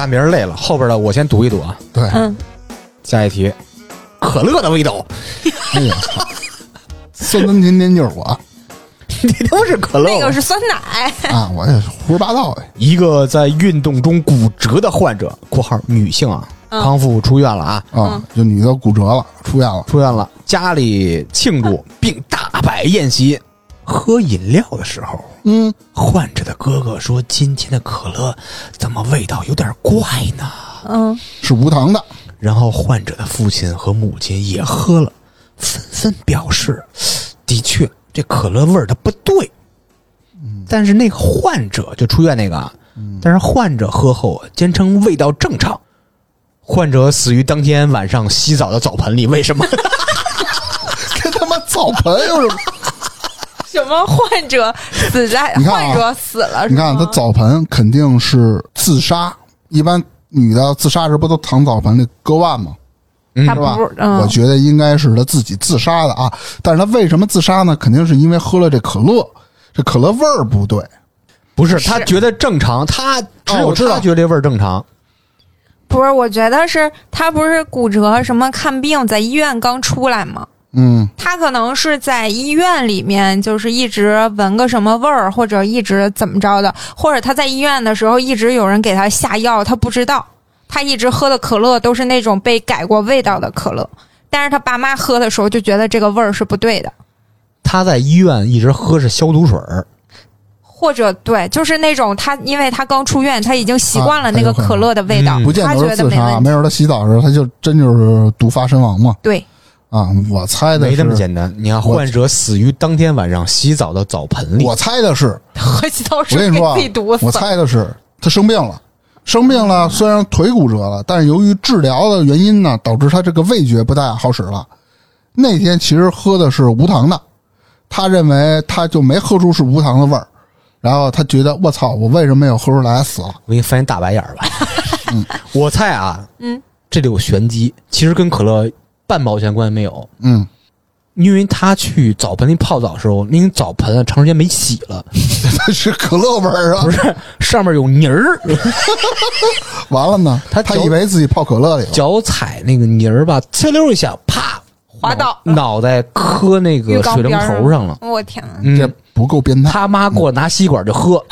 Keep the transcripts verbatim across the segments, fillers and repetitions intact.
大明累了，后边的我先读一读啊。 对， 嗯， 下一题，可乐的味道。 哎呀，酸酸甜甜就是我你都是可乐， 那个是酸奶。 啊，我也胡说八道哎。 一个在运动中骨折的患者（括号女性啊）康复出院了啊， 啊，就女的骨折了，出院了， 出院了，家里庆祝并大摆宴席。喝饮料的时候， 嗯， 患者的哥哥说：“今天的可乐怎么味道有点怪呢？” 嗯， 是无糖的。 然后患者的父亲和母亲也喝了，纷纷表示，的确这可乐味儿它不对。嗯，但是那个患者就出院那个，嗯，但是患者喝后坚称味道正常。患者死于当天晚上洗澡的澡盆里，为什么？ 跟他妈澡盆有什么？ 什么患者死在？ 你看啊患者死了？ 你看他澡盆肯定是自杀，一般女的自杀时不都躺澡盆里割腕吗？ 嗯他是吧？ 不是嗯我觉得应该是他自己自杀的啊。但是他为什么自杀呢？肯定是因为喝了这可乐，这可乐味儿不对。 不是他觉得正常，他只有哦我知道他觉得这味儿正常。 不是，我觉得是他不是骨折什么看病，在医院刚出来吗？ 嗯， 他可能是在医院里面，就是一直闻个什么味儿，或者一直怎么着的，或者他在医院的时候一直有人给他下药，他不知道，他一直喝的可乐都是那种被改过味道的可乐，但是他爸妈喝的时候就觉得这个味儿是不对的， 他在医院一直喝是消毒水儿， 或者对，就是那种他因为他刚出院，他已经习惯了那个可乐的味道， 嗯不见他觉得是自杀， 得没问题。 没准他洗澡的时候他就真就是毒发身亡嘛。 对， 啊，我猜的是没这么简单。你看，患者死于当天晚上洗澡的澡盆里。 我猜的是， 喝洗澡我水给跟你说啊自己毒，死我猜的是他生病了，生病了，虽然腿骨折了，但是由于治疗的原因呢，导致他这个味觉不太好使了。那天其实喝的是无糖的，他认为他就没喝出是无糖的味儿，然后他觉得我操，我为什么没有喝出来，死了。 我给你翻一大白眼儿吧。 嗯， 我猜啊， 嗯， 这里有玄机，其实跟可乐半毛钱关系没有。 嗯， 因为他去澡盆里泡澡的时候，那个澡盆啊长时间没洗了， 是可乐味儿啊。 不是上面有泥儿， 完了呢， 他脚他以为自己泡可乐里了。 脚踩那个泥儿吧，呲溜一下，啪滑倒脑脑袋磕那浴个水龙缸边儿头上了。 我天哪！ 嗯这不够变态。 他妈给我拿吸管就喝，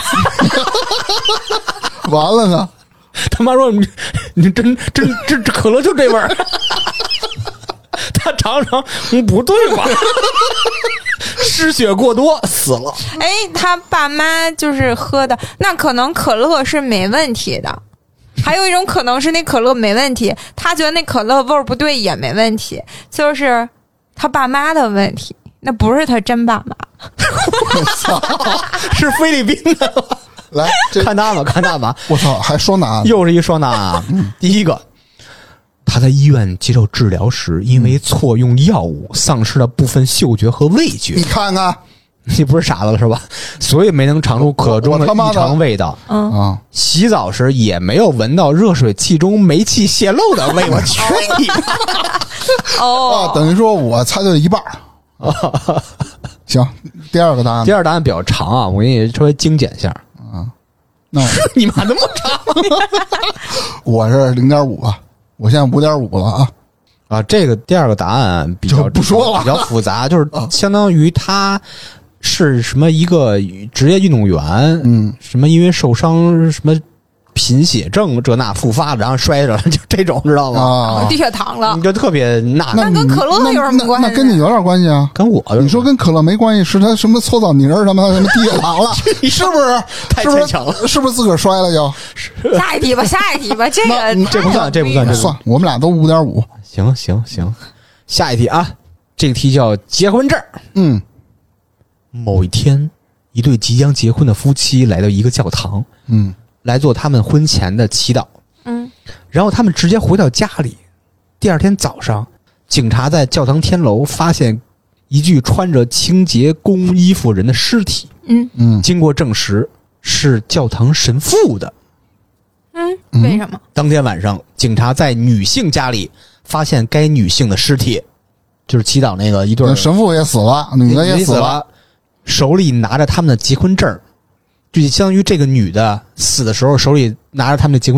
完了呢， 他妈说你你真真这这可乐就这味儿。他尝尝，嗯，不对吧？失血过多死了。 哎，他爸妈就是喝的，那可能可乐是没问题的。还有一种可能是那可乐没问题，他觉得那可乐味儿不对也没问题，就是他爸妈的问题，那不是他真爸妈。 是菲律宾的。 来，这看他吧，看他吧， 我操，还双答案。 又是一双答案啊！第一个，他在医院接受治疗时，因为错用药物，丧失了部分嗅觉和味觉。 你看看你不是傻子了是吧？所以没能尝出可中的异常味道。 嗯， 啊， 洗澡时也没有闻到热水器中煤气泄漏的味。我去你！ 哦， 啊，等于说我猜对了一半儿。行，第二个答案第，二答案比较长啊，我给你稍微精简一下。 那你妈那么长我是零点五吧，我现在五点五了啊。 啊！这个第二个答案比较就不说了比较复杂，就是相当于他是什么一个职业运动员， 嗯， 什么因为受伤什么贫血症这那复发，然后摔着了，就这种知道吗？ 啊， 低血糖了你，就特别那那跟可乐有什么关系那那跟你有点关系啊。 跟我你说跟可乐没关系，是他什么搓澡泥儿什么什么低血糖了，是不是？ 太是不牵强了是？是不是自个儿摔了就？ 下一题吧，下一题吧，这个那这不算这不算这不算，我们俩都五点五。 行行行，下一题啊，这个题叫结婚证。 嗯某一天，一对即将结婚的夫妻来到一个教堂， 嗯来做他们婚前的祈祷。 嗯然后他们直接回到家里。第二天早上，警察在教堂天楼发现一具穿着清洁工衣服人的尸体。 嗯嗯， 经过证实，是教堂神父的。 嗯，为什么？ 当天晚上，警察在女性家里发现该女性的尸体，就是祈祷那个一对儿神父也死了，女的也死死了。， 手里拿着他们的结婚证，就相当于这个女的死的时候手里拿着他们的结婚证。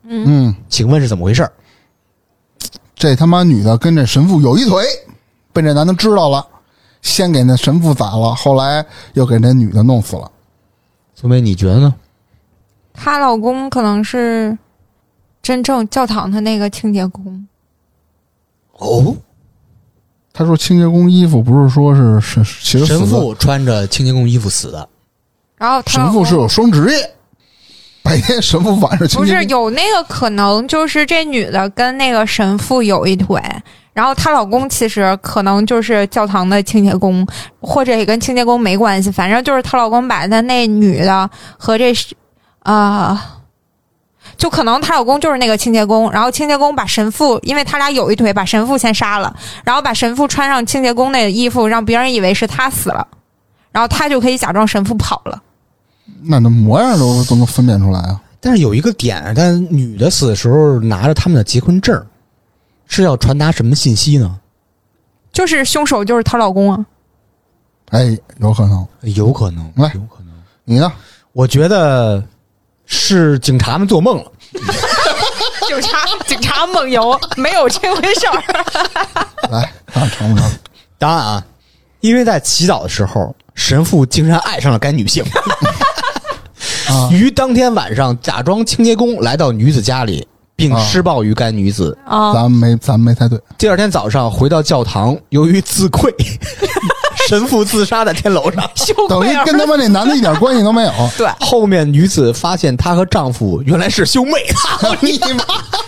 嗯， 请问是怎么回事？ 这他妈女的跟这神父有一腿，被这男的知道了，先给那神父宰了，后来又给那女的弄死了。 苏梅，你觉得呢？ 她老公可能是真正教堂的那个清洁工。 哦， 他说清洁工衣服不是说是是其实神父穿着清洁工衣服死的， 然后神父是有双职业，白天神父晚上清洁工。 不是有那个可能，就是这女的跟那个神父有一腿，然后她老公其实可能就是教堂的清洁工，或者也跟清洁工没关系，反正就是她老公把她那女的和这啊。呃就可能她老公就是那个清洁工，然后清洁工把神父，因为他俩有一腿，把神父先杀了，然后把神父穿上清洁工那个衣服，让别人以为是他死了，然后他就可以假装神父跑了。 那那模样都都能分辨出来啊！ 但是有一个点，但女的死的时候拿着他们的结婚证，是要传达什么信息呢？ 就是凶手就是她老公啊！ 哎，有可能， 有可能， 来有可能。 你呢？ 我觉得是警察们做梦了。 警察警察梦游，没有这回事儿。 来，看成不成？ 答案啊，因为在祈祷的时候，神父竟然爱上了该女性。 啊、 于当天晚上假装清洁工来到女子家里，并施暴于该女子。 啊， 咱没咱没猜对。 第二天早上回到教堂，由于自愧，神父自杀在天楼上， 等于跟他们那男的一点关系都没有。 对， 后面女子发现她和丈夫原来是兄妹， 你妈！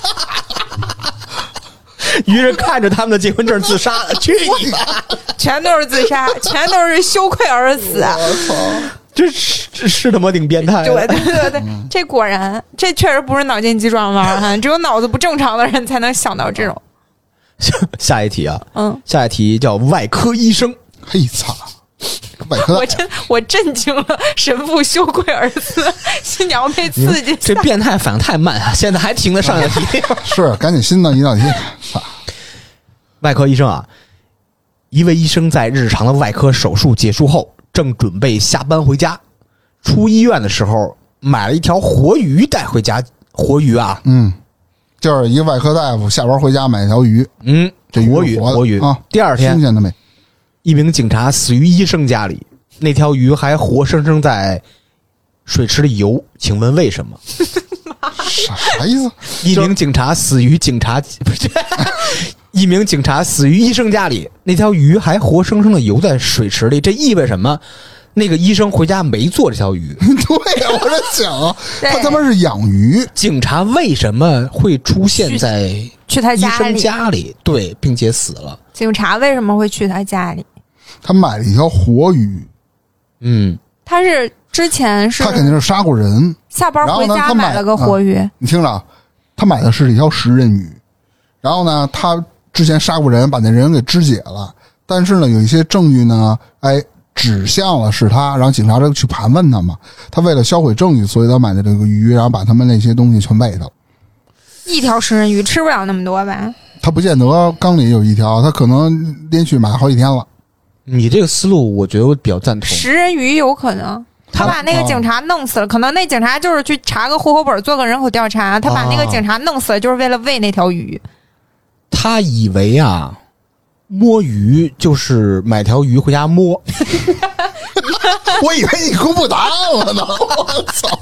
于是看着他们的结婚证自杀了。去你妈！ 全都是自杀，全都是羞愧而死。 我操！ 这是这是他妈挺变态的。 对对对对，嗯、这果然，这确实不是脑筋急转弯哈，只有脑子不正常的人才能想到这种。 下一题啊， 嗯， 下一题叫外科医生。 嘿操！外科， 我真我震惊了，神父羞愧而死，新娘被刺激。 这变态反应太慢啊！现在还停在上一题。 是，赶紧新的一道题。 外科医生啊，一位医生在日常的外科手术结束后，正准备下班回家，出医院的时候买了一条活鱼带回家。活鱼啊， 嗯，就是一个外科大夫下班回家买一条鱼， 嗯， 这活鱼活鱼啊。 第二天， 新鲜的没？ 一名警察死于医生家里，那条鱼还活生生在水池里游，请问为什么？ 啥啥意思？ 一名警察死于警察不是，一名警察死于医生家里，那条鱼还活生生的游在水池里，这意味着什么？那个医生回家没做这条鱼。 对呀、啊，我在想啊，他他妈是养鱼。 警察为什么会出现在去他医生家家里？对，并且死了。 警察为什么会去他家里？ 他买了一条活鱼。 嗯， 他是之前是他肯定是杀过人， 下班回家买了个活鱼。 啊、你听着，他买的是一条食人鱼，然后呢，他之前杀过人，把那人给肢解了，但是呢，有一些证据呢，哎，指向了是他，然后警察就去盘问他嘛。他为了销毁证据，所以他买的这个鱼，然后把他们那些东西全喂他了。 一条食人鱼吃不了那么多吧？ 他不见得缸里有一条，他可能连续买好几天了。 你这个思路，我觉得我比较赞同。 食人鱼有可能。他把那个警察弄死了，哦、可能那警察就是去查个户口本，做个人口调查。他把那个警察弄死了，就是为了喂那条鱼。 他以为啊，摸鱼就是买条鱼回家摸。 我以为你公布答案了呢，我操！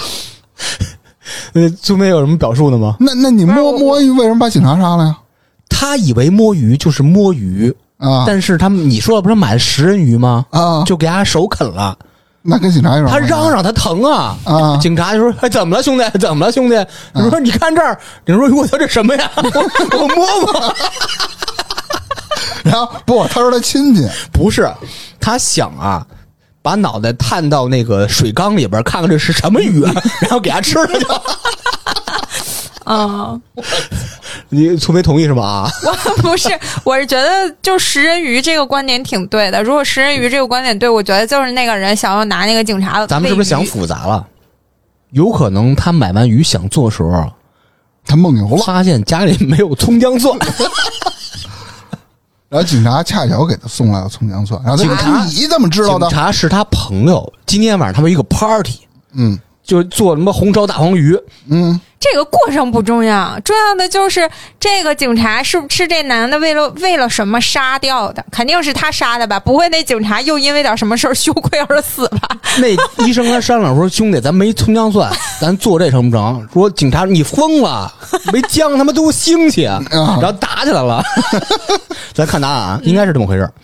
呃，苏梅有什么表述的吗？ 那那你摸摸鱼，为什么把警察杀了呀？ 他以为摸鱼就是摸鱼啊， 但是他们你说的不是买食人鱼吗？ 啊， 就给他手啃了。 那跟警察有什么？ 他嚷嚷他疼啊！ 啊， 警察就说：“哎，怎么了，兄弟？怎么了，兄弟？”你说：“你看这儿。”你说：“我操，这什么呀？我我摸摸。” 然后不，他说他亲戚， 不是他想啊，把脑袋探到那个水缸里边，看看这是什么鱼，然后给他吃了就。 啊， 你苏梅同意是吗？啊， 我不是，我是觉得就食人鱼这个观点挺对的。如果食人鱼这个观点对，我觉得就是那个人想要拿那个警察。 咱们是不是想复杂了？有可能他买完鱼想做的时候， 他梦游了， 发现家里没有葱姜蒜。 然后警察恰巧给他送来了葱姜蒜，然后警察你怎么知道的？ 警察是他朋友，今天晚上他们一个 party， 嗯， 就做什么红烧大黄鱼， 嗯， 这个过程不重要，重要的就是这个警察是是这男的为了为了什么杀掉的？肯定是他杀的吧？不会那警察又因为点什么事儿羞愧而死吧？ 那医生还商量说：“兄弟，咱没葱姜蒜，咱做这成不成？”说警察你疯了，没姜他妈都腥气啊！然后打起来了。咱看答案啊，应该是这么回事。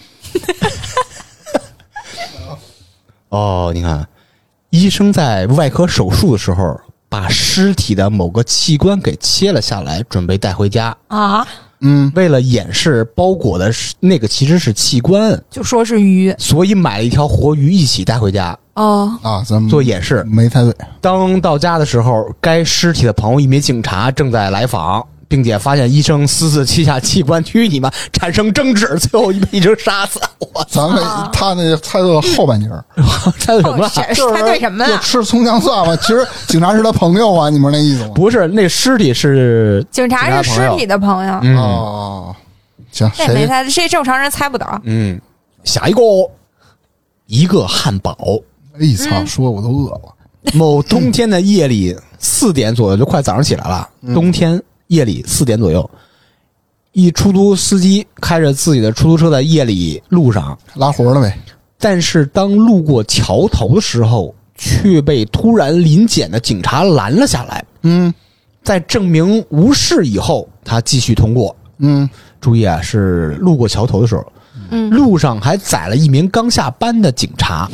哦，你看，医生在外科手术的时候。把尸体的某个器官给切了下来，准备带回家啊。 嗯， 为了掩饰包裹的那个其实是器官， 就说是鱼， 所以买了一条活鱼一起带回家。 哦啊，咱们做掩饰没猜对。 当到家的时候，该尸体的朋友一名警察正在来访，并且发现医生私自切下器官，去你妈，产生争执，最后被医生杀死。我咱们他那猜对后半截儿， 猜对什么了？ 就是猜对什么了？ 吃葱姜蒜嘛。其实警察是他朋友啊，你们那意思吗？ 不是，那尸体是警察是尸体的朋友。 嗯、 哦，行， 这没猜，这正常人猜不到。 嗯，下一个，一个汉堡。 哎操，说我都饿了。 某冬天的夜里四点左右，就快早上起来了。 嗯、 冬天夜里四点左右，一出租司机开着自己的出租车在夜里路上拉活了呗。 但是当路过桥头的时候，却被突然临检的警察拦了下来。 嗯， 在证明无事以后，他继续通过。 嗯， 注意啊，是路过桥头的时候。 嗯， 路上还载了一名刚下班的警察。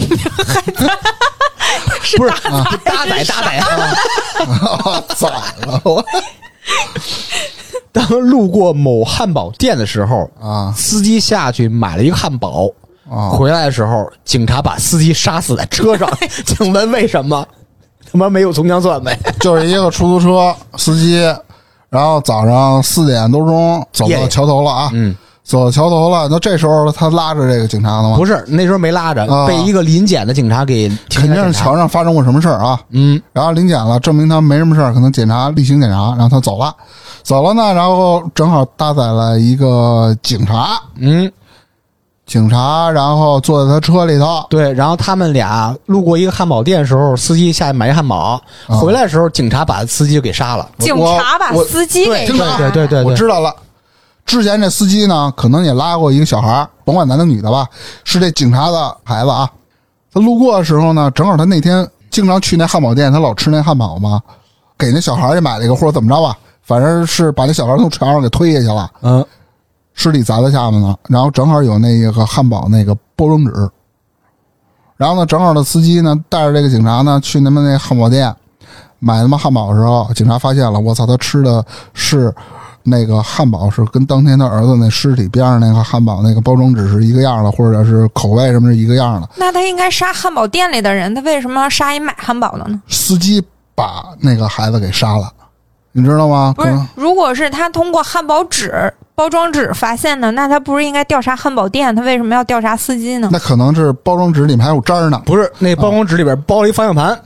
不是搭载搭载啊，宰了我。 当路过某汉堡店的时候啊， 司机下去买了一个汉堡啊，回来的时候警察把司机杀死在车上。请问为什么？他妈没有葱姜蒜呗？ 就是一个出租车司机，然后早上四点多钟走到桥头了啊， 嗯。 走到桥头了，那这时候他拉着这个警察了吗？ 不是，那时候没拉着，啊、被一个临检的警察给肯定是桥上发生过什么事儿啊。 嗯， 然后临检了，证明他没什么事儿，可能检查例行检查，然后他走了，走了呢，然后正好搭载了一个警察， 嗯， 警察，然后坐在他车里头， 对，然后他们俩路过一个汉堡店的时候，司机下去买一汉堡，啊、回来的时候警察把司机给杀了。 警察把司机给杀了， 对对对对， 我知道了。之前这司机呢，可能也拉过一个小孩，甭管男的女的吧，是这警察的孩子啊。他路过的时候呢，正好他那天经常去那汉堡店，他老吃那汉堡嘛，给那小孩也买了一个，或者怎么着吧，反正是把那小孩从床上给推下去了， 嗯， 尸体砸在下面了，然后正好有那个汉堡那个包装纸，然后呢，正好的司机呢带着这个警察呢去他们那汉堡店买他妈汉堡的时候，警察发现了，我操，他吃的是。那个汉堡是跟当天他儿子那尸体边上那个汉堡那个包装纸是一个样的，或者是口味什么是一个样的。 那他应该杀汉堡店里的人，他为什么要杀一买汉堡的呢？ 司机把那个孩子给杀了，你知道吗？ 不是，如果是他通过汉堡纸包装纸发现的，那他不是应该调查汉堡店？他为什么要调查司机呢？ 那可能是包装纸里面还有渣呢。 不是，那包装纸里边包了一方向盘。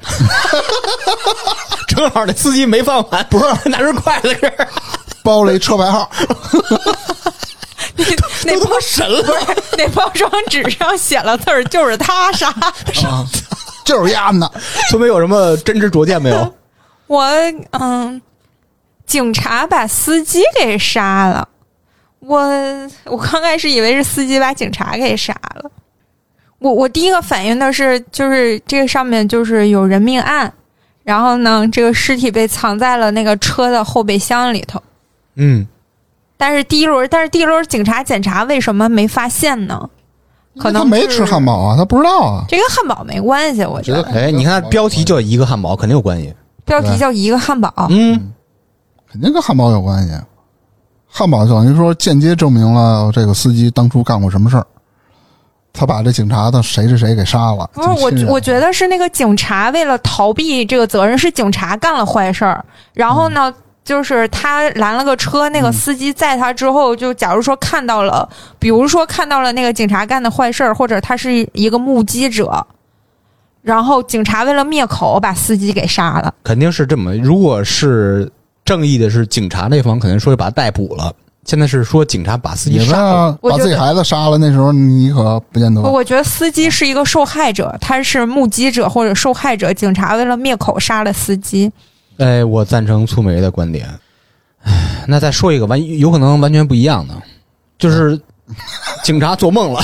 正好那司机没方向盘，不是拿根筷子这儿包了一车牌号。 那那他妈神了！ 不是，那包装纸上写了字儿，就是他杀的， 啊、就是丫的。 说明有什么真知灼见没有？ 我嗯，警察把司机给杀了。我我刚开始以为是司机把警察给杀了。我我第一个反应的是，就是这个上面就是有人命案，然后呢，这个尸体被藏在了那个车的后备箱里头。 嗯。 但是第一轮，但是第一轮警察检查为什么没发现呢？可能他没吃汉堡啊，他不知道啊。 这跟汉堡没关系，我觉得。 哎，你看标题叫一个汉堡，肯定有关系。 标题叫一个汉堡， 嗯， 肯定跟汉堡有关系。汉堡等于说间接证明了这个司机当初干过什么事儿，他把这警察的谁是谁给杀了。 不是我，我觉得是那个警察为了逃避这个责任，是警察干了坏事儿，然后呢。嗯就是他拦了个车，那个司机载他之后，就假如说看到了，比如说看到了那个警察干的坏事儿，或者他是一个目击者，然后警察为了灭口把司机给杀了。 肯定是这么，如果是正义的是警察那方，可能说是把他逮捕了。现在是说警察把司机杀了， 把自己孩子杀了，那时候你可不见得。 我觉得司机是一个受害者，他是目击者或者受害者，警察为了灭口杀了司机。 哎，我赞成粗梅的观点。哎，那再说一个完，有可能完全不一样的，就是警察做梦了。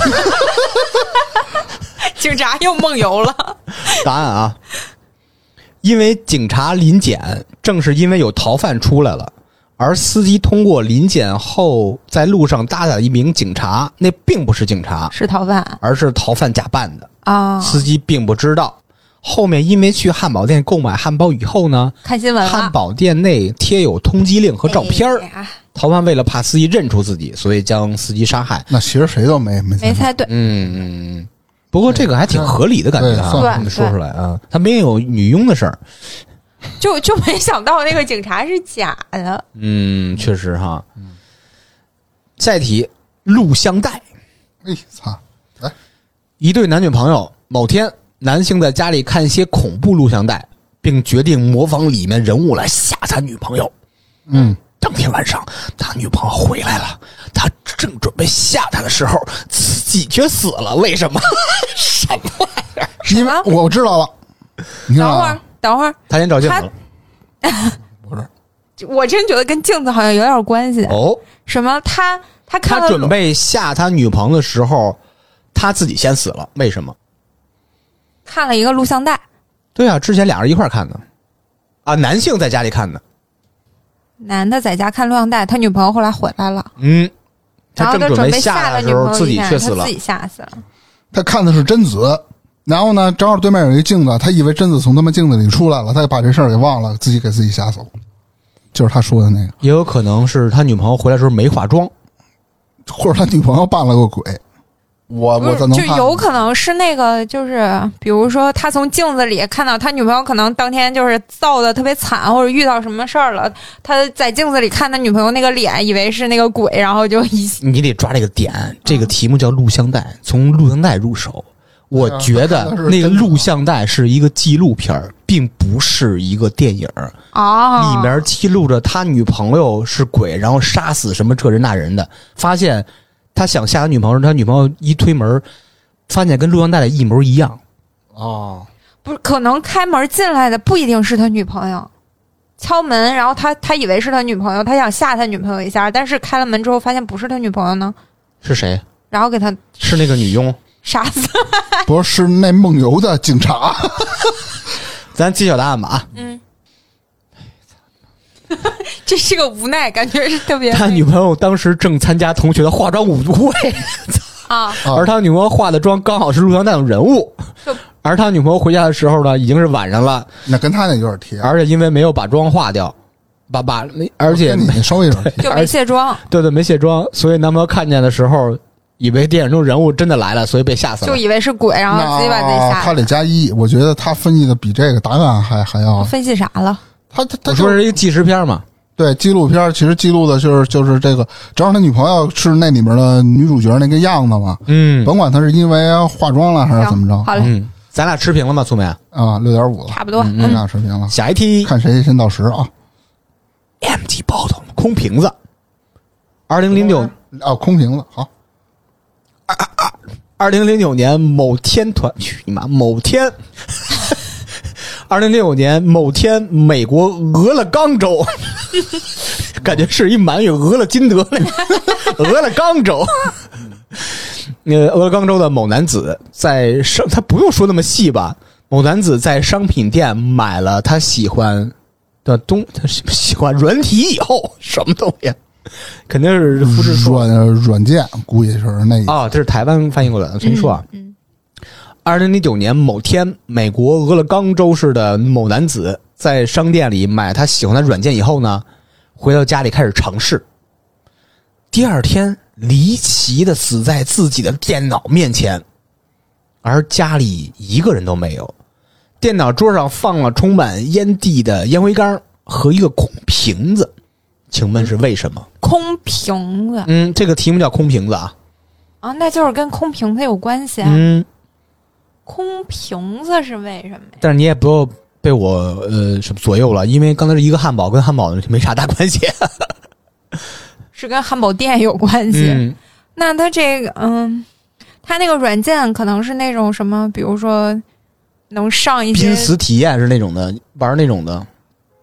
警察又梦游了。 答案啊，因为警察临检，正是因为有逃犯出来了，而司机通过临检后在路上搭载一名警察，那并不是警察， 是逃犯， 而是逃犯假扮的啊。 司机并不知道。后面因为去汉堡店购买汉堡以后呢， 看新闻了， 汉堡店内贴有通缉令和照片、哎、逃犯为了怕司机认出自己，所以将司机杀害。 那其实谁都没没没猜对。 嗯嗯，不过这个还挺合理的感觉啊，这么说出来啊，他没有女佣的事儿， 就就没想到那个警察是假的。 嗯，确实哈。嗯，下一题，录像带。 哎，操！来， 一对男女朋友，某天男性在家里看一些恐怖录像带，并决定模仿里面人物来吓他女朋友。 嗯， 当天晚上，他女朋友回来了，他正准备吓他的时候，自己却死了。为什么？什么玩意儿？ 因为我知道了。你看、啊、 等会儿，等会儿， 他先找镜子了。 不是， 我真觉得跟镜子好像有点关系。 哦， 什么？他他看他准备吓他女朋友的时候，他自己先死了。为什么？ 看了一个录像带。 对啊，之前俩人一块看的啊，男性在家里看的， 男的在家看录像带，他女朋友后来回来了， 嗯， 他正准备吓的时候自己却死了， 自己吓死了。 他看的是贞子，然后呢，正好对面有一镜子，他以为贞子从他们镜子里出来了，他就把这事儿给忘了，自己给自己吓死了。就是他说的那个， 也有可能是他女朋友回来的时候没化妆， 或者他女朋友扮了个鬼。我我怎能就有可能是那个，就是比如说他从镜子里看到他女朋友可能当天就是造的特别惨，或者遇到什么事儿了，他在镜子里看他女朋友那个脸，以为是那个鬼，然后就一你得抓这个点。这个题目叫录像带，从录像带入手。我觉得那个录像带是一个纪录片，并不是一个电影啊， 里面记录着他女朋友是鬼，然后杀死什么这人那人的，发现。他想吓他女朋友，他女朋友一推门，发现跟录像带的一模一样。 哦， 不是，可能开门进来的不一定是他女朋友，敲门，然后他他以为是他女朋友，他想吓他女朋友一下，但是开了门之后发现不是他女朋友呢， 是谁？ 然后给他是那个女佣杀死， 不是，是那梦游的警察。 咱揭晓答案吧啊！ 嗯。这是个无奈，感觉是特别。 他女朋友当时正参加同学的化妆舞会啊， 而他女朋友化的妆刚好是录像带的人物，而他女朋友回家的时候呢，已经是晚上了。 那跟他那有点贴， 而且因为没有把妆化掉，把把，而且你稍微有点贴， 就没卸妆。 对对，没卸妆，所以男朋友看见的时候，以为电影中人物真的来了，所以被吓死了， 就以为是鬼，然后自己把自己吓死。 他得加一，我觉得他分析的比这个答案还还要。 分析啥了？ 他他他我说是一个纪实片嘛。 对，纪录片其实记录的就是就是这个，正好他女朋友是那里面的女主角那个样子嘛。 嗯， 甭管他是因为化妆了还是怎么着。 好嘞， 嗯，咱俩持平了吗？苏梅啊，六点五了， 差不多， 嗯，咱俩持平了。 下一题， 看谁先到十啊 ？empty bottle， 空瓶子。二零零九啊，空瓶子好。 二零零九年某天团，去你妈！某天。二零零九年某天，美国俄勒冈州，感觉是一满语，俄勒金德那俄勒冈州。呃，俄勒冈州的某男子在商，他不用说那么细吧？某男子在商品店买了他喜欢的东，他喜欢软体以后，什么东西？肯定是复制软软件，估计是那啊、哦，这是台湾翻译过来的。重新说啊。 嗯嗯二零零九年某天，美国俄勒冈州市的某男子在商店里买他喜欢的软件以后呢，回到家里开始尝试。第二天，离奇的死在自己的电脑面前，而家里一个人都没有。电脑桌上放了充满烟蒂的烟灰缸和一个空瓶子，请问是为什么？ 空瓶子， 嗯，这个题目叫空瓶子啊。 啊，那就是跟空瓶子有关系啊。 嗯。 空瓶子是为什么呀？ 但是你也不要被我呃什么左右了，因为刚才是一个汉堡跟汉堡没啥大关系， 是跟汉堡店有关系。 嗯、 那它这个嗯，它那个软件可能是那种什么，比如说能上一些濒死体验是那种的，玩那种的。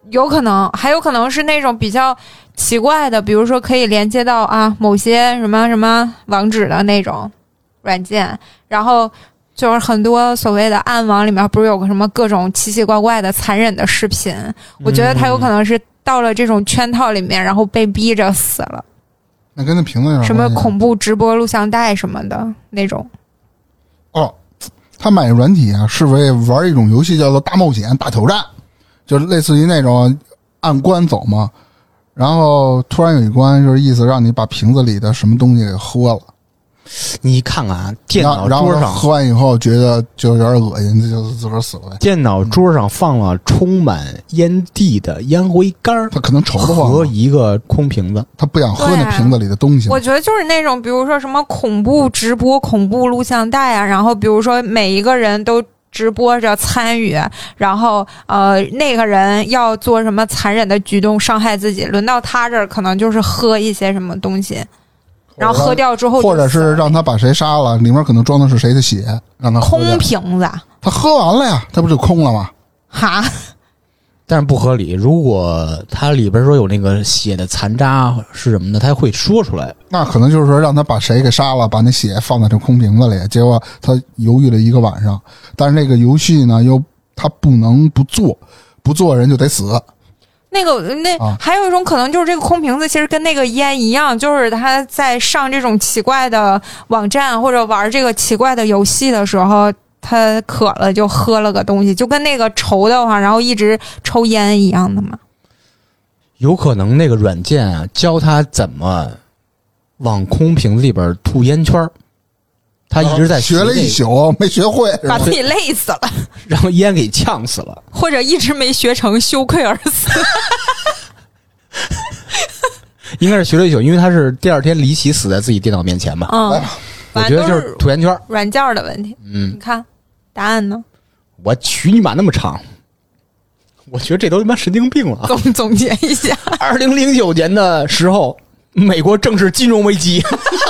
有可能，还有可能是那种比较奇怪的，比如说可以连接到啊某些什么什么网址的那种软件，然后就是很多所谓的暗网里面不是有个什么各种奇奇怪怪的残忍的视频，我觉得他有可能是到了这种圈套里面，然后被逼着死了。 那跟那瓶子有什么恐怖直播录像带什么的那种。 哦，他买软体啊，是为玩一种游戏叫做大冒险、大挑战，就是类似于那种按关走嘛。然后突然有一关，就是意思让你把瓶子里的什么东西给喝了。 你看看啊，电脑桌上喝完以后觉得就有点恶心，这就自个儿死了呗。 电脑桌上放了充满烟蒂的烟灰缸， 他可能愁得慌和一个空瓶子， 他不想喝那瓶子里的东西。 我觉得就是那种，比如说什么恐怖直播、恐怖录像带啊，然后比如说每一个人都直播着参与，然后呃那个人要做什么残忍的举动伤害自己，轮到他这儿可能就是喝一些什么东西。然后喝掉之后， 或者是让他把谁杀了，里面可能装的是谁的血，让他喝空瓶子， 他喝完了呀，他不就空了吗？ 哈， 但是不合理。如果他里边说有那个血的残渣是什么的，他会说出来。 那可能就是说让他把谁给杀了，把那血放在这空瓶子里，结果他犹豫了一个晚上。但是那个游戏呢，又他不能不做，不做人就得死。 那个那、啊、还有一种可能就是这个空瓶子其实跟那个烟一样，就是他在上这种奇怪的网站或者玩这个奇怪的游戏的时候，他渴了就喝了个东西，就跟那个抽的话然后一直抽烟一样的嘛。 有可能那个软件啊教他怎么往空瓶子里边吐烟圈，他一直在学了一宿没学会， 把自己累死了， 然后烟给呛死了， 或者一直没学成羞愧而死。 应该是学了一宿，因为他是第二天离奇死在自己电脑面前吧。 嗯， 我觉得就是吐烟圈， 软件的问题。 嗯， 你看答案呢？ 我去你妈那么长！我觉得这都他妈神经病了。 总总结一下， 二零零九年的时候，美国正是金融危机。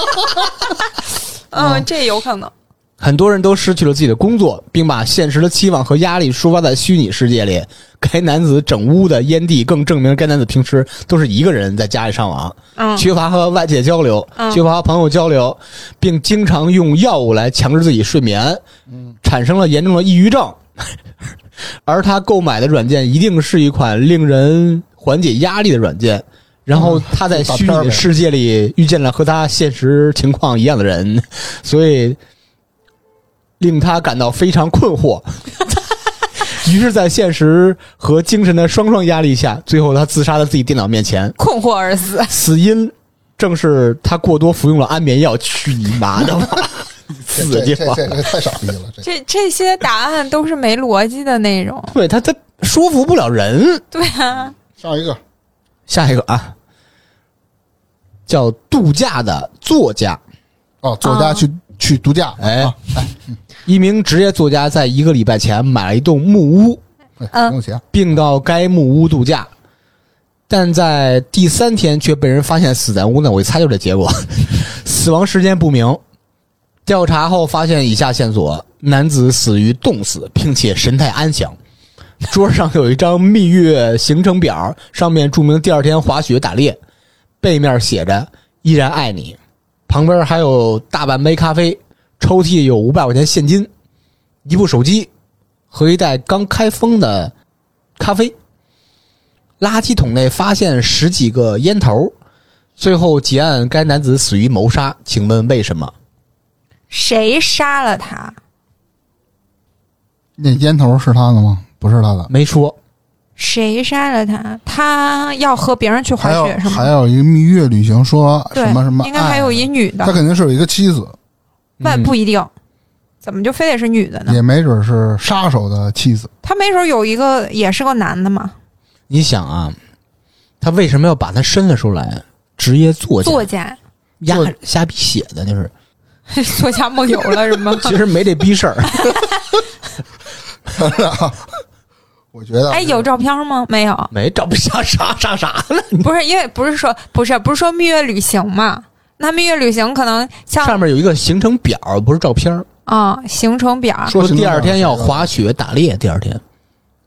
嗯，这有可能。 很多人都失去了自己的工作，并把现实的期望和压力抒发在虚拟世界里。该男子整屋的烟蒂更证明该男子平时都是一个人在家里上网， 嗯、 缺乏和外界交流， 嗯、 缺乏和朋友交流，并经常用药物来强制自己睡眠， 嗯、 产生了严重的抑郁症。而他购买的软件一定是一款令人缓解压力的软件。然后他在虚拟的世界里遇见了和他现实情况一样的人，所以令他感到非常困惑。于是在现实和精神的双双压力下，最后他自杀在自己电脑面前， 困惑而死。 死因正是他过多服用了安眠药。去你妈的吧！死地方， 这这太傻逼了。这这这些答案都是没逻辑的内容。 对他，他说服不了人。 对啊。 上一个， 下一个啊，叫度假的作家。 哦，作家去、哦、去度假。 哎， 啊哎嗯、一名职业作家在一个礼拜前买了一栋木屋， 嗯、哎， 并到该木屋度假。但在第三天却被人发现死在屋内，我一猜就这结果。死亡时间不明。调查后发现以下线索：男子死于冻死，并且神态安详。桌上有一张蜜月行程表，上面注明第二天滑雪打猎，背面写着依然爱你。旁边还有大半杯咖啡，抽屉有五百块钱现金，一部手机和一袋刚开封的咖啡。垃圾桶内发现十几个烟头。最后结案，该男子死于谋杀，请问为什么？ 谁杀了他？ 那烟头是他的吗？不是他的， 没说。 谁杀了他？他要和别人去滑雪是吗？ 还有一个蜜月旅行，说什么什么？ 应该还有一女的。 他肯定是有一个妻子。 那不一定，嗯、怎么就非得是女的呢？ 也没准是杀手的妻子。 他没准有一个也是个男的嘛？ 你想啊，他为什么要把他伸了出来？职业作家， 作家压瞎逼写的，就是作家梦游了是吗？ 其实没这逼事儿。 我觉得， 哎，有照片吗？没有， 没照片，啥啥啥啥了？ 不是，因为不是说不是不是说蜜月旅行嘛？那蜜月旅行可能像上面有一个行程表，不是照片啊、嗯，行程表说第二天要滑雪打猎，第二天。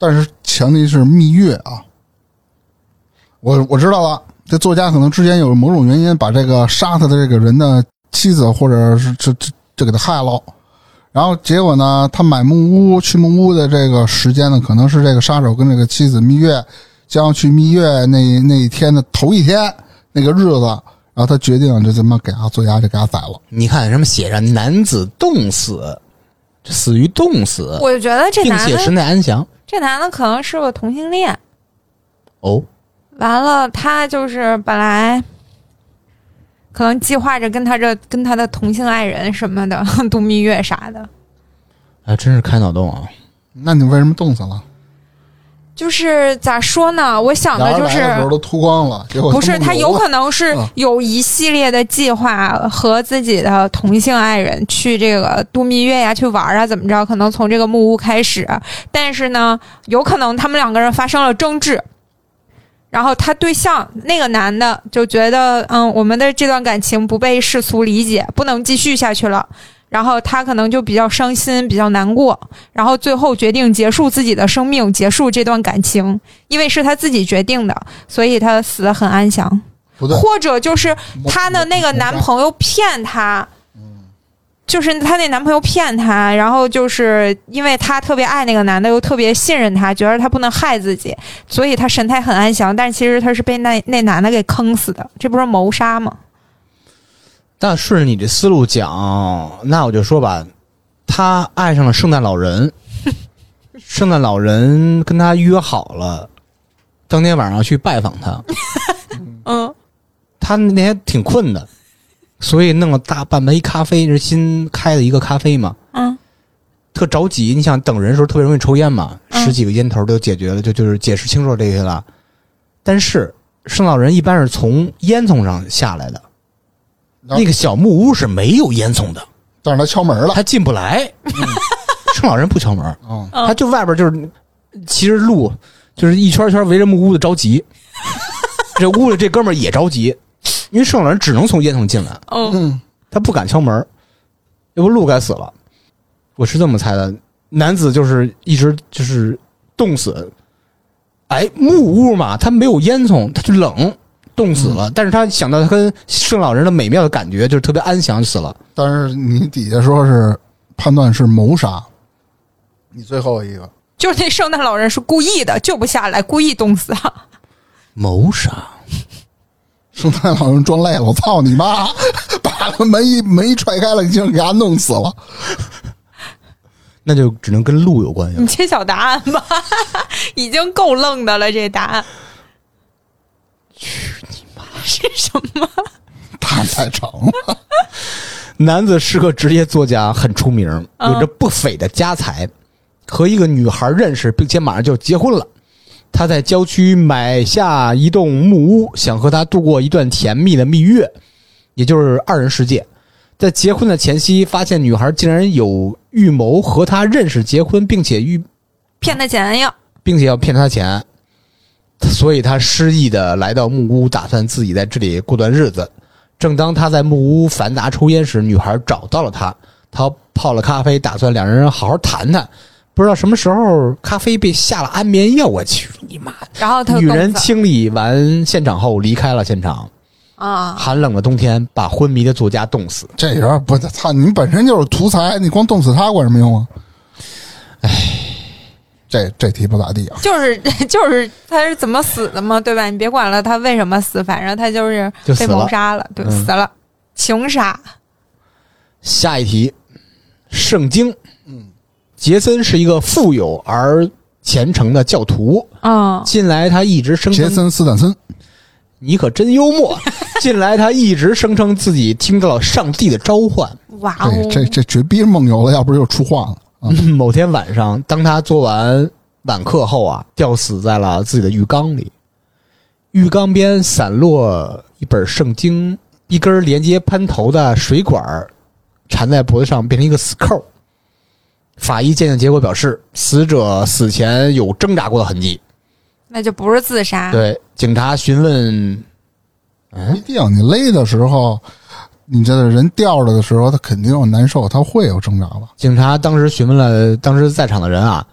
但是前提是蜜月啊。我我知道了，这作家可能之前有某种原因把这个杀他的这个人的妻子或者是这这这给他害了，然后结果呢，他买木屋去木屋的这个时间呢，可能是这个杀手跟这个妻子蜜月将要去蜜月那那一天的头一天那个日子。然后他决定就这么给他作家就给他宰了。 你看什么写上男子冻死，死于冻死， 我就觉得这男的并且身在安详。 这男的可能是个同性恋。 哦， 完了，他就是本来可能计划着跟他这跟他的同性爱人什么的度蜜月啥的。 还真是开脑洞啊！ 那你为什么冻死了？ 就是咋说呢？我想的就是的时候都秃光了，结果不是他有可能是有一系列的计划和自己的同性爱人去这个度蜜月呀，去玩啊，怎么着？可能从这个木屋开始，但是呢，有可能他们两个人发生了争执，然后他对象那个男的就觉得，嗯，我们的这段感情不被世俗理解，不能继续下去了。然后他可能就比较伤心，比较难过，然后最后决定结束自己的生命，结束这段感情，因为是他自己决定的，所以他死得很安详。 不对， 或者就是他的那个男朋友骗他，就是他那男朋友骗他，然后就是因为他特别爱那个男的，又特别信任他，觉得他不能害自己，所以他神态很安详，但其实他是被那那男的给坑死的，这不是谋杀吗？ 但顺着你这思路讲，那我就说吧，他爱上了圣诞老人，圣诞老人跟他约好了，当天晚上去拜访他。 嗯， 他那天挺困的，所以弄了大半杯咖啡，是新开的一个咖啡嘛。 嗯， 特着急，你想等人的时候特别容易抽烟嘛， 嗯、 十几个烟头都解决了，就就是解释清楚这些了。但是圣诞老人一般是从烟囱上下来的。那个小木屋是没有烟囱的， 但是他敲门了， 他进不来。嗯、圣老人不敲门， 嗯、 他就外边就是骑着路，就是一圈圈围着木屋的着急。这屋里这哥们儿也着急，因为圣老人只能从烟囱进来， 嗯， 他不敢敲门，要不路该死了。我是这么猜的，男子就是一直就是冻死。哎，木屋嘛，他没有烟囱，他就冷。冻死了，但是他想到他跟圣老人的美妙的感觉，就是特别安详，就死了。 但是你底下说是判断是谋杀，你最后一个就是那圣诞老人是故意的，救不下来，故意冻死啊！ 谋杀， 圣诞老人装累了，我操你妈！把他门一门一踹开了，已经给他弄死了。 那就只能跟路有关系了。 你揭晓答案吧，已经够愣的了，这答案。 去你妈！ 是什么？ 太太长了。 男子是个职业作家，很出名，有着不菲的家财，和一个女孩认识，并且马上就结婚了。他在郊区买下一栋木屋，想和她度过一段甜蜜的蜜月，也就是二人世界。在结婚的前夕，发现女孩竟然有预谋和他认识、结婚，并且预骗他钱呀， 并且要骗他钱。所以他失意的来到木屋，打算自己在这里过段日子。正当他在木屋繁杂抽烟时，女孩找到了他，他泡了咖啡，打算两人好好谈谈。不知道什么时候咖啡被下了安眠药，我去你妈！ 然后他女人清理完现场后离开了现场。 啊！ 寒冷的冬天把昏迷的作家冻死。 这有点不操，你本身就是图财，你光冻死他管什么用啊？ 唉。 这这题不咋地啊， 就是就是他是怎么死的嘛，对吧？你别管了他为什么死，反正他就是被谋杀了，对，死了，情杀。 下一题，圣经。嗯，杰森是一个富有而虔诚的教徒。 嗯， 近来他一直声称杰森斯坦森， 你可真幽默。近来他一直声称自己听到了上帝的召唤。 哇哦， 这这这绝逼梦游了，要不是又出话了。 嗯、某天晚上，当他做完晚课后啊，吊死在了自己的浴缸里。浴缸边散落一本圣经，一根连接喷头的水管缠在脖子上，变成一个死扣。法医鉴定结果表示，死者死前有挣扎过的痕迹， 那就不是自杀。 对，警察询问， 嗯，一定你勒的时候。你这个人吊着的时候，他肯定有难受，他会有挣扎吧？ 警察当时询问了当时在场的人啊，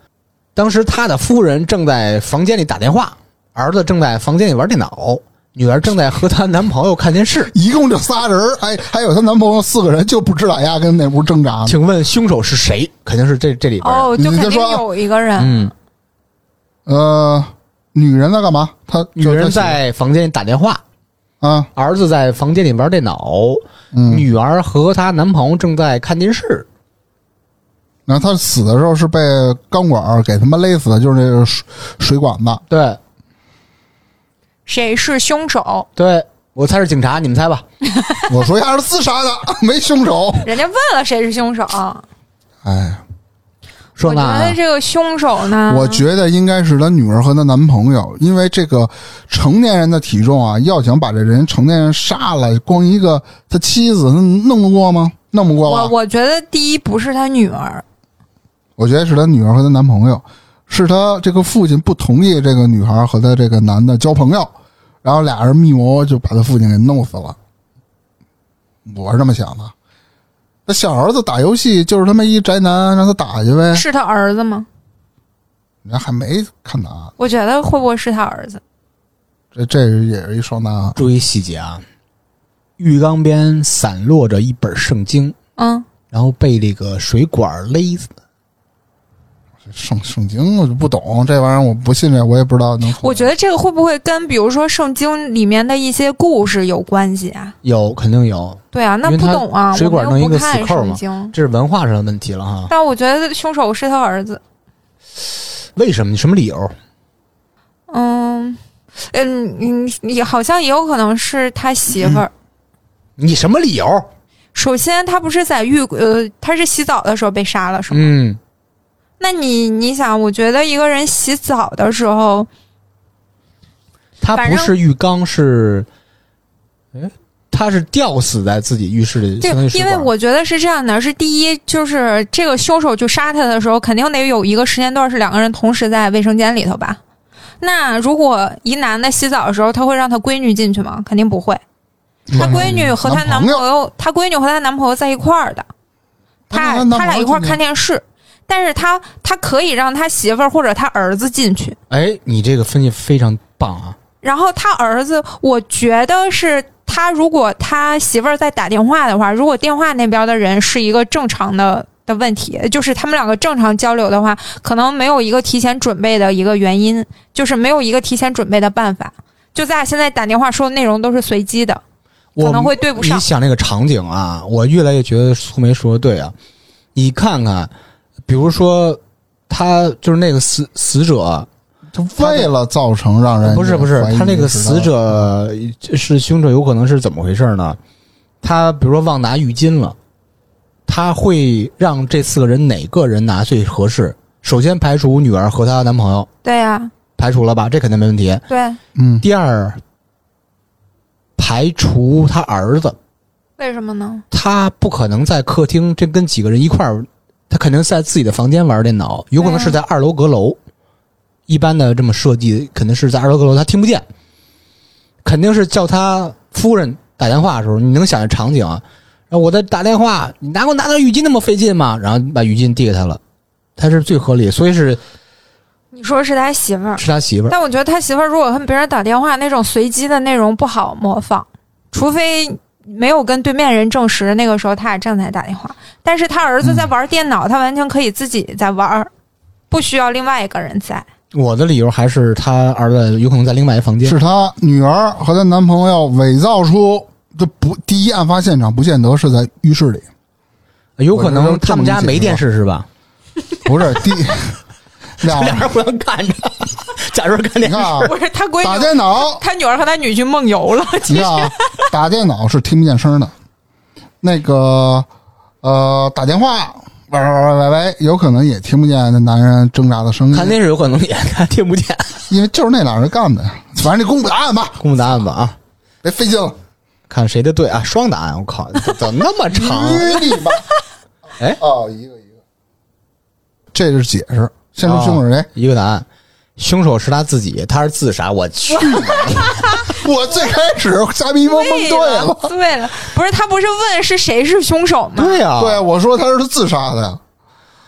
当时他的夫人正在房间里打电话，儿子正在房间里玩电脑，女儿正在和她男朋友看电视， 一共就仨人，还还有她男朋友四个人，就不知道呀跟那屋挣扎呢。 请问凶手是谁？肯定是这这里边哦，就肯定你就说有一个人。 嗯， 呃，女人在干嘛？她女人在房间里打电话， 啊， 儿子在房间里玩电脑， 嗯， 女儿和她男朋友正在看电视。 然后她死的时候是被钢管给他妈勒死的，就是那个水水管子。 对谁是凶手？ 对，我猜是警察，你们猜吧。 我说呀是自杀的，没凶手。 人家问了谁是凶手。 哎， 说呢？ 我觉得这个凶手呢， 我觉得应该是她女儿和她男朋友，因为这个成年人的体重啊，要想把这人成年人杀了，光一个他妻子弄得过吗？弄不过吧？ 我我觉得第一不是他女儿， 我觉得是她女儿和她男朋友，是她这个父亲不同意这个女孩和她这个男的交朋友，然后俩人密谋就把他父亲给弄死了。我是这么想的。那小儿子打游戏就是他妈一宅男，让他打去呗。 是他儿子吗？ 人家还没看答案， 我觉得会不会是他儿子？ 这这也是一双答案。 注意细节啊！浴缸边散落着一本圣经， 嗯， 然后被这个水管勒死。 圣圣经我就不懂这玩意儿，我不信这，我也不知道能。 我觉得这个会不会跟比如说圣经里面的一些故事有关系啊？ 有，肯定有。 对啊，那不懂啊， 水管弄一个死扣嘛， 我们又不看圣经， 这是文化上的问题了哈。 但我觉得凶手是他儿子。 为什么？你什么理由？ 嗯嗯，你你好像也有可能是他媳妇儿。 嗯、你什么理由？ 首先，他不是在浴呃，他是洗澡的时候被杀了，是吗？ 嗯。 那你你想，我觉得一个人洗澡的时候， 他不是浴缸，是，哎，他是吊死在自己浴室里。 对，因为我觉得是这样的，是第一，就是这个凶手去杀他的时候，肯定得有一个时间段是两个人同时在卫生间里头吧？那如果一男的洗澡的时候，他会让他闺女进去吗？肯定不会。他闺女和她男朋友，他闺女和她男朋友在一块儿的，他他俩一块儿看电视。但是他他可以让他媳妇儿或者他儿子进去。 哎，你这个分析非常棒啊！ 然后他儿子，我觉得是他如果他媳妇儿在打电话的话，如果电话那边的人是一个正常的的问题，就是他们两个正常交流的话，可能没有一个提前准备的一个原因，就是没有一个提前准备的办法。就咱俩现在打电话说的内容都是随机的，可能会对不上。 你想那个场景啊，我越来越觉得苏梅说的对啊！你看看。比如说，他就是那个死死者， 他为了造成让人不是不是他那个死者是凶手，有可能是怎么回事呢？他比如说忘拿浴巾了，他会让这四个人哪个人拿最合适？首先排除女儿和她男朋友， 对呀、啊， 排除了吧，这肯定没问题。 对， 嗯。 第二，排除他儿子， 为什么呢？ 他不可能在客厅这跟几个人一块儿。他肯定在自己的房间玩电脑，有可能是在二楼阁楼。一般的这么设计，肯定是在二楼阁楼，他听不见。肯定是叫他夫人打电话的时候，你能想象场景啊？然后我在打电话，你拿给我拿到浴巾那么费劲吗？然后把浴巾递给他了，他是最合理，所以是。 你说是他媳妇儿， 是他媳妇儿。 但我觉得他媳妇儿如果跟别人打电话，那种随机的内容不好模仿，除非。没有跟对面人证实，那个时候他俩正在打电话，但是他儿子在玩电脑，嗯、他完全可以自己在玩，不需要另外一个人在。 我的理由还是他儿子有可能在另外一个房间， 是他女儿和她男朋友伪造出这不第一案发现场，不见得是在浴室里， 有可能他们家没电视是吧？ 不是第俩人互相看着，假装看电视。 啊、 不是他闺女打电脑， 他女儿和他女婿梦游了。 你看啊，打电脑是听不见声的，那个呃打电话喂喂喂喂，有可能也听不见那男人挣扎的声音。 看电视有可能也看听不见， 因为就是那俩人干的。反正你公布答案吧， 公布答案吧啊， 别费劲了。 看谁的对啊，双答案，我靠，怎么那么长？ 你吧， 哎哦，一个一个，这是解释。先说凶手是谁、哦？ 一个答案，凶手是他自己，他是自杀。我去， 我最开始瞎逼蒙蒙对了， 对了，不是他不是问是谁是凶手吗？ 对啊， 对，我说他是自杀的呀。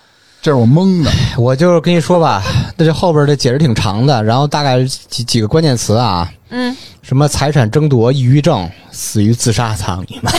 这是我蒙的。 我就是跟你说吧，那这后边的解释挺长的，然后大概几几个关键词啊， 嗯， 什么财产争夺、抑郁症、死于自杀，操你妈！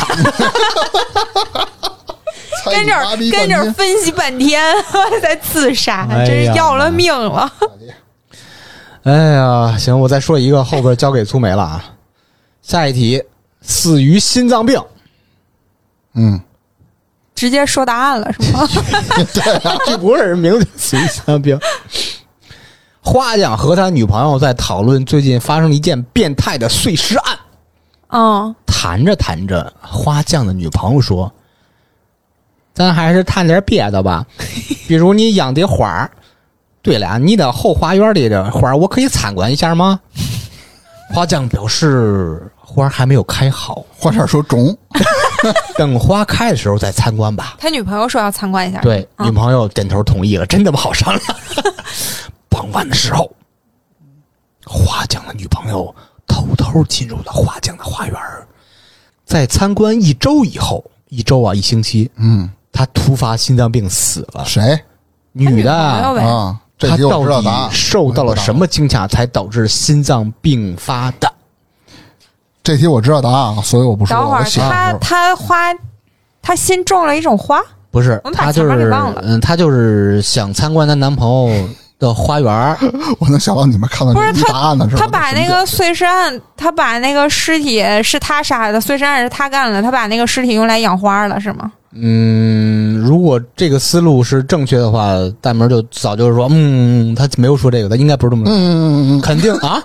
跟这儿跟这儿分析半天，在自杀， 哎、 真是要了命了。 哎呀，行，我再说一个，后边交给粗梅了啊。下一题，死于心脏病。 嗯， 直接说答案了是吗？ 对啊， 这不是名字，死于心脏病。花匠和他女朋友在讨论最近发生了一件变态的碎尸案。 嗯， 谈着谈着，花匠的女朋友说：“咱还是谈点别的吧，比如你养的花。对了，你的后花园里的花，我可以参观一下吗？”花匠表示花还没有开好， 花店说种， 等花开的时候再参观吧。 他女朋友说要参观一下， 对， 嗯、 女朋友点头同意了，真他妈好商量。傍晚的时候，花匠的女朋友偷偷进入了花匠的花园，在参观一周以后，一周啊，一星期， 嗯， 她突发心脏病死了。 谁？ 女的啊。 她到底受到了什么惊吓，才导致心脏病发的？ 这题我知道答案，所以我不说。 等会儿，他他花，他新种了一种花， 不是， 我们把他就是嗯，他就是想参观她男朋友的花园。 我能想到你们看到不是他答案的时候， 他把那个碎尸案，他把那个尸体是他杀的，碎尸案是他干的，他把那个尸体用来养花了，是吗？ 嗯，如果这个思路是正确的话，大门就早就是说，嗯，他没有说这个，他应该不是这么， 嗯嗯嗯， 肯定啊。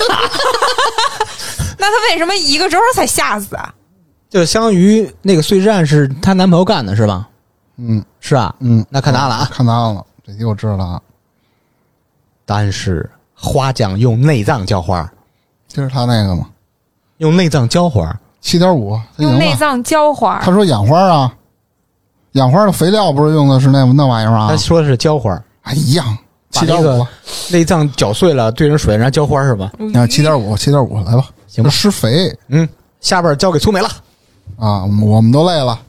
那他为什么一个周才吓死啊？ 就相当于那个碎尸案是她男朋友干的，是吧？ 嗯， 是啊， 嗯， 那看答案了啊， 看答案了，这题我知道了啊。 答案是花匠用内脏浇花， 就是他那个吗？ 用内脏浇花， 七点五， 用内脏浇花。 他说养花啊。养花的肥料不是用的是那那玩意儿吗？ 他说的是浇花， 啊，一样， 把那个内脏搅碎了，兑上水，然后浇花是吧？ 啊，七点五，七点五，来吧， 行吧， 施肥。 嗯，下边交给粗梅了。 啊，我们都累了。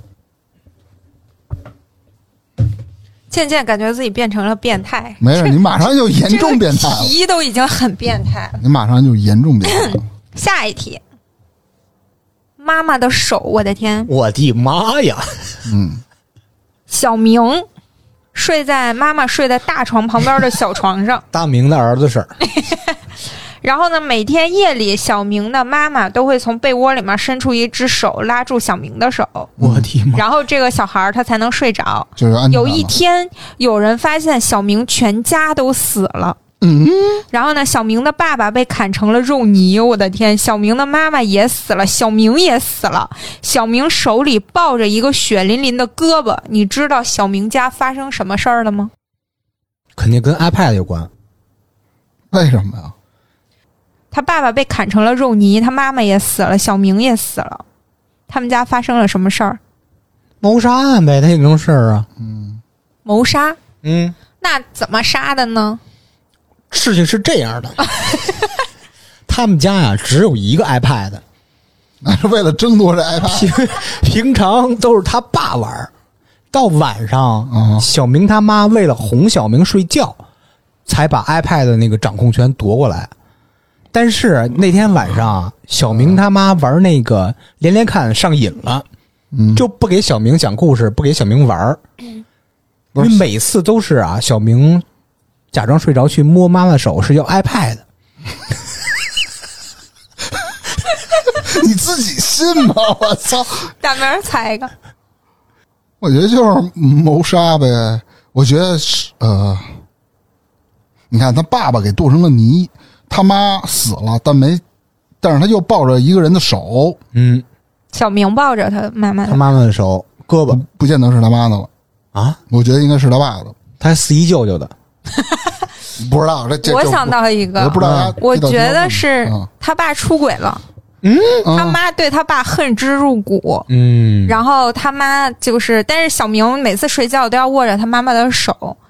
渐渐感觉自己变成了变态。 没事，你马上就严重变态了。 题都已经很变态了， 你马上就严重变态了。 下一题，妈妈的手，我的天， 我的妈呀！ 嗯。 小明睡在妈妈睡在大床旁边的小床上， 大明的儿子是。 然后呢，每天夜里，小明的妈妈都会从被窝里面伸出一只手，拉住小明的手。 我的妈！ 然后这个小孩他才能睡着。 就是安全有一天，有人发现小明全家都死了。 嗯， 然后呢，小明的爸爸被砍成了肉泥，我的天！小明的妈妈也死了，小明也死了。小明手里抱着一个血淋淋的胳膊，你知道小明家发生什么事儿了吗？ 肯定跟 iPad 有关。 为什么呀？ 他爸爸被砍成了肉泥，他妈妈也死了，小明也死了。他们家发生了什么事儿？ 谋杀案呗，他有这种事儿啊。 嗯， 谋杀。 嗯， 那怎么杀的呢？ 事情是这样的，他们家呀、啊、只有一个 iPad， 那是为了争夺这 iPad。 平平常都是他爸玩，到晚上、 嗯、 小明他妈为了哄小明睡觉，才把 iPad 的那个掌控权夺过来。但是那天晚上，小明他妈玩那个连连看上瘾了， 嗯， 就不给小明讲故事，不给小明玩，因为每次都是啊，小明假装睡着去摸妈妈的手，是要 iPad。 你自己信吗？我操！ 大明猜一个。 我觉得就是谋杀呗。我觉得是呃，你看他爸爸给剁成了泥，他妈死了，但没，但是他又抱着一个人的手。 嗯， 小明抱着他妈妈的， 他妈妈的手胳膊， 不, 不见得是他妈的了啊。 我觉得应该是他爸的， 他死一舅舅的。 不知道这这我想到一个， 我不知道， 我觉得是他爸出轨了。 嗯， 他妈对他爸恨之入骨。 嗯， 然后他妈就是，但是小明每次睡觉都要握着他妈妈的手，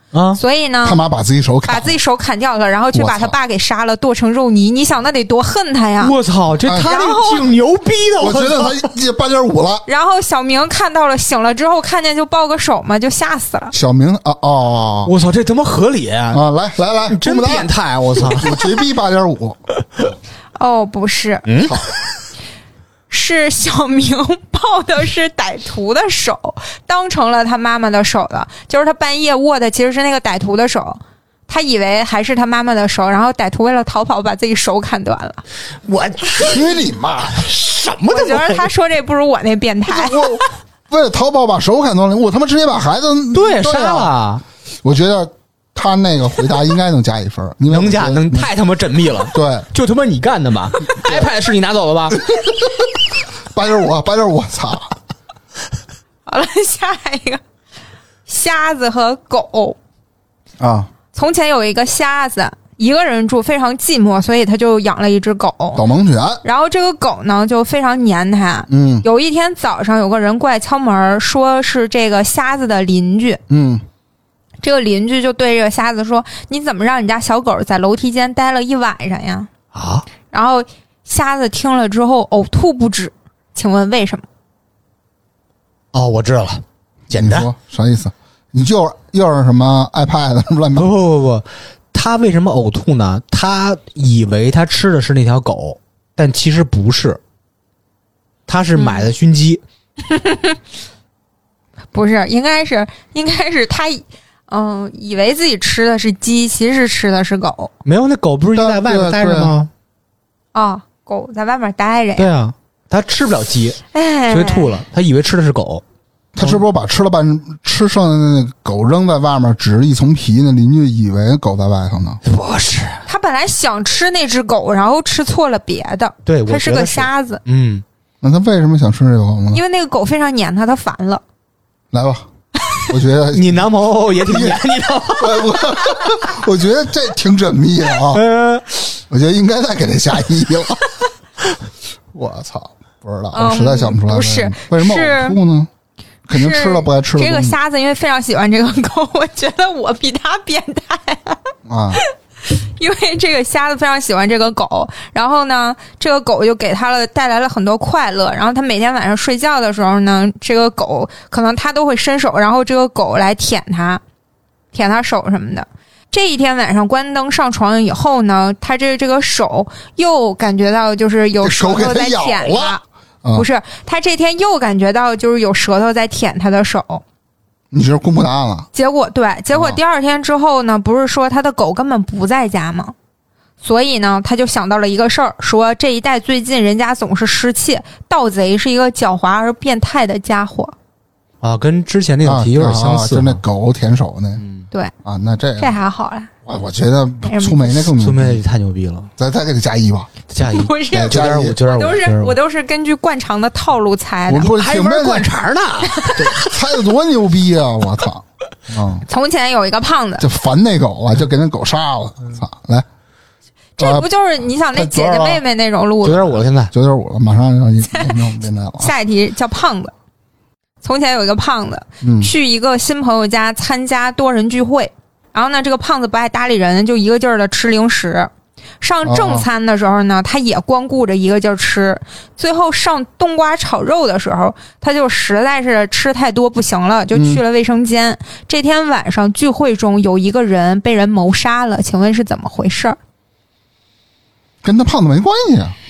啊， 所以呢， 他妈把自己手砍了， 把自己手砍掉了，然后去把他爸给杀了，剁成肉泥。你想那得多恨他呀！ 我操，这他然后这挺牛逼的， 我觉得他也八点五了。 然后小明看到了，醒了之后看见就抱个手嘛，就吓死了。 小明啊哦， 我操，这他妈合理啊！ 啊，来来来， 真变态！我操， 我绝逼八点五。 哦，不是， 嗯， 是小明抱的是歹徒的手，当成了他妈妈的手了。就是他半夜握的其实是那个歹徒的手，他以为还是他妈妈的手，然后歹徒为了逃跑把自己手砍断了。 我去你妈！ 什么都我觉得他说这不如我那变态。 我为了逃跑把手砍断了，我他妈直接把孩子对杀了。 我觉得他那个回答应该能加一分，因为能加能太他妈缜密了。 对， 就他妈你干的嘛？iPad 是你拿走了吧？ 八点五，八点五，操！ 好了，下一个瞎子和狗啊。 从前有一个瞎子，一个人住，非常寂寞，所以他就养了一只狗导盲犬。 然后这个狗呢就非常黏他。 嗯， 有一天早上有个人过来敲门，说是这个瞎子的邻居。 嗯， 这个邻居就对这个瞎子说：“你怎么让你家小狗在楼梯间待了一晚上呀？” 啊！ 然后瞎子听了之后呕吐不止。请问为什么？ 哦，我知道了，简单。 啥意思？你就又是什么 iPad 什么乱七八糟？ 不不不不，他为什么呕吐呢？他以为他吃的是那条狗，但其实不是，他是买的熏鸡。 嗯、不是，应该是应该是他嗯、呃、以为自己吃的是鸡，其实吃的是狗。 没有，那狗不是就在外面待着吗？ 啊、哦，狗在外面待着呀。 对啊，他吃不了鸡， 哎， 所以吐了。他以为吃的是狗。 他是不是把吃了半吃剩下的那个狗扔在外面，只是一层皮？那邻居以为狗在外头呢？ 不是， 他本来想吃那只狗，然后吃错了别的。 对， 他是个瞎子。 嗯， 那他为什么想吃这个狗呢？ 因为那个狗非常黏他，他烦了。 来吧，我觉得你男朋友也挺黏你的。 我我觉得这挺缜密的啊。我觉得应该再给他下一了。我操，不知道，我实在想不出来。 不是， 为什么呕吐呢？肯定吃了不该吃的。 这个瞎子因为非常喜欢这个狗，我觉得我比他变态啊！ 因为这个瞎子非常喜欢这个狗，然后呢，这个狗就给他了带来了很多快乐。然后他每天晚上睡觉的时候呢，这个狗可能他都会伸手，然后这个狗来舔他，舔他手什么的。这一天晚上关灯上床以后呢，他这这个手又感觉到就是有舌头在舔他。不是，他这天又感觉到就是有舌头在舔他的手。 你这是公布答案了？ 结果对，结果第二天之后呢，不是说他的狗根本不在家吗？所以呢，他就想到了一个事儿，说这一带最近人家总是失窃，盗贼是一个狡猾而变态的家伙。 啊，跟之前那种题有点相似， 啊啊、就那狗舔手那。 嗯，对啊，那这这还好了。 我我觉得粗梅那更牛逼， 粗梅太牛逼了， 再再给他加一吧， 加一， 不是九点五，九点五， 都是我都是根据惯常的套路猜的， 我还玩惯常呢， 猜的多牛逼啊！我操，嗯， 从前有一个胖子， 就烦那狗啊，就给那狗杀了，操，来， 这不就是你想那姐姐妹妹那种路子？ 九点五了，现在九点五了，马上要一变态了。 下一题叫胖子。从前有一个胖子， 嗯， 去一个新朋友家参加多人聚会。然后呢，这个胖子不爱搭理人，就一个劲儿的吃零食。上正餐的时候呢，他也光顾着一个劲儿吃。最后上冬瓜炒肉的时候，他就实在是吃太多不行了，就去了卫生间。嗯、这天晚上聚会中有一个人被人谋杀了，请问是怎么回事？ 跟他胖子没关系啊，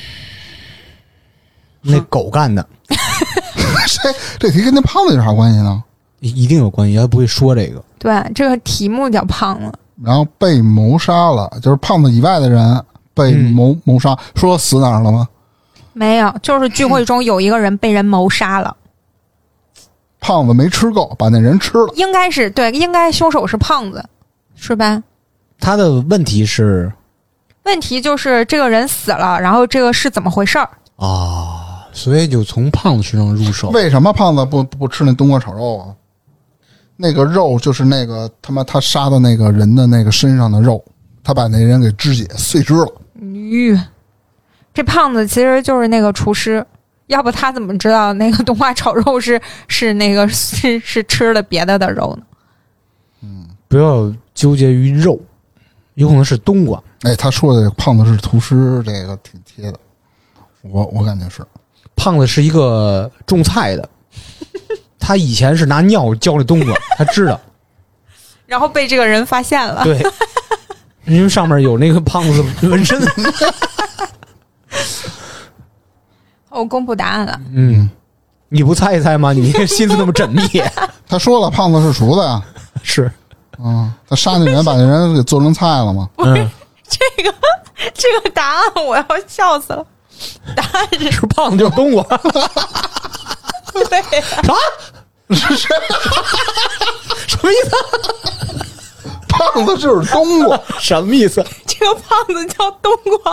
那狗干的。 谁？这题跟那胖子有啥关系呢？ 一定有关系，要不会说这个。 对，这个题目叫胖子。 然后被谋杀了，就是胖子以外的人被谋、嗯、谋杀。说死哪儿了吗？ 没有，就是聚会中有一个人被人谋杀了。 胖子没吃够，把那人吃了。 应该是对，应该凶手是胖子，是吧？ 他的问题是， 问题就是这个人死了，然后这个是怎么回事儿啊？所以就从胖子身上入手。 为什么胖子不不吃那冬瓜炒肉啊？那个肉就是那个他妈他杀的那个人的那个身上的肉，他把那人给肢解碎肢了。 吁、嗯，这胖子其实就是那个厨师，要不他怎么知道那个冬瓜炒肉是是那个是是吃了别的的肉呢？ 嗯， 不要纠结于肉，有可能是冬瓜。 哎，他说的胖子是厨师，这个挺贴的。我我感觉是， 胖子是一个种菜的，他以前是拿尿浇那冬瓜，他知道， 然后被这个人发现了。 对，因为上面有那个胖子纹身。 我公布答案了。 嗯，你不猜一猜吗？你心思那么缜密。 他说了，胖子是厨子呀。 是， 嗯，他杀那人，把那人给做成菜了吗？ 不是、嗯、这个这个答案，我要笑死了。答案是是胖子就是冬瓜。 对呀、 啊，啥？什么意思？ 胖子就是冬瓜， 什么意思？ 这个胖子叫冬瓜。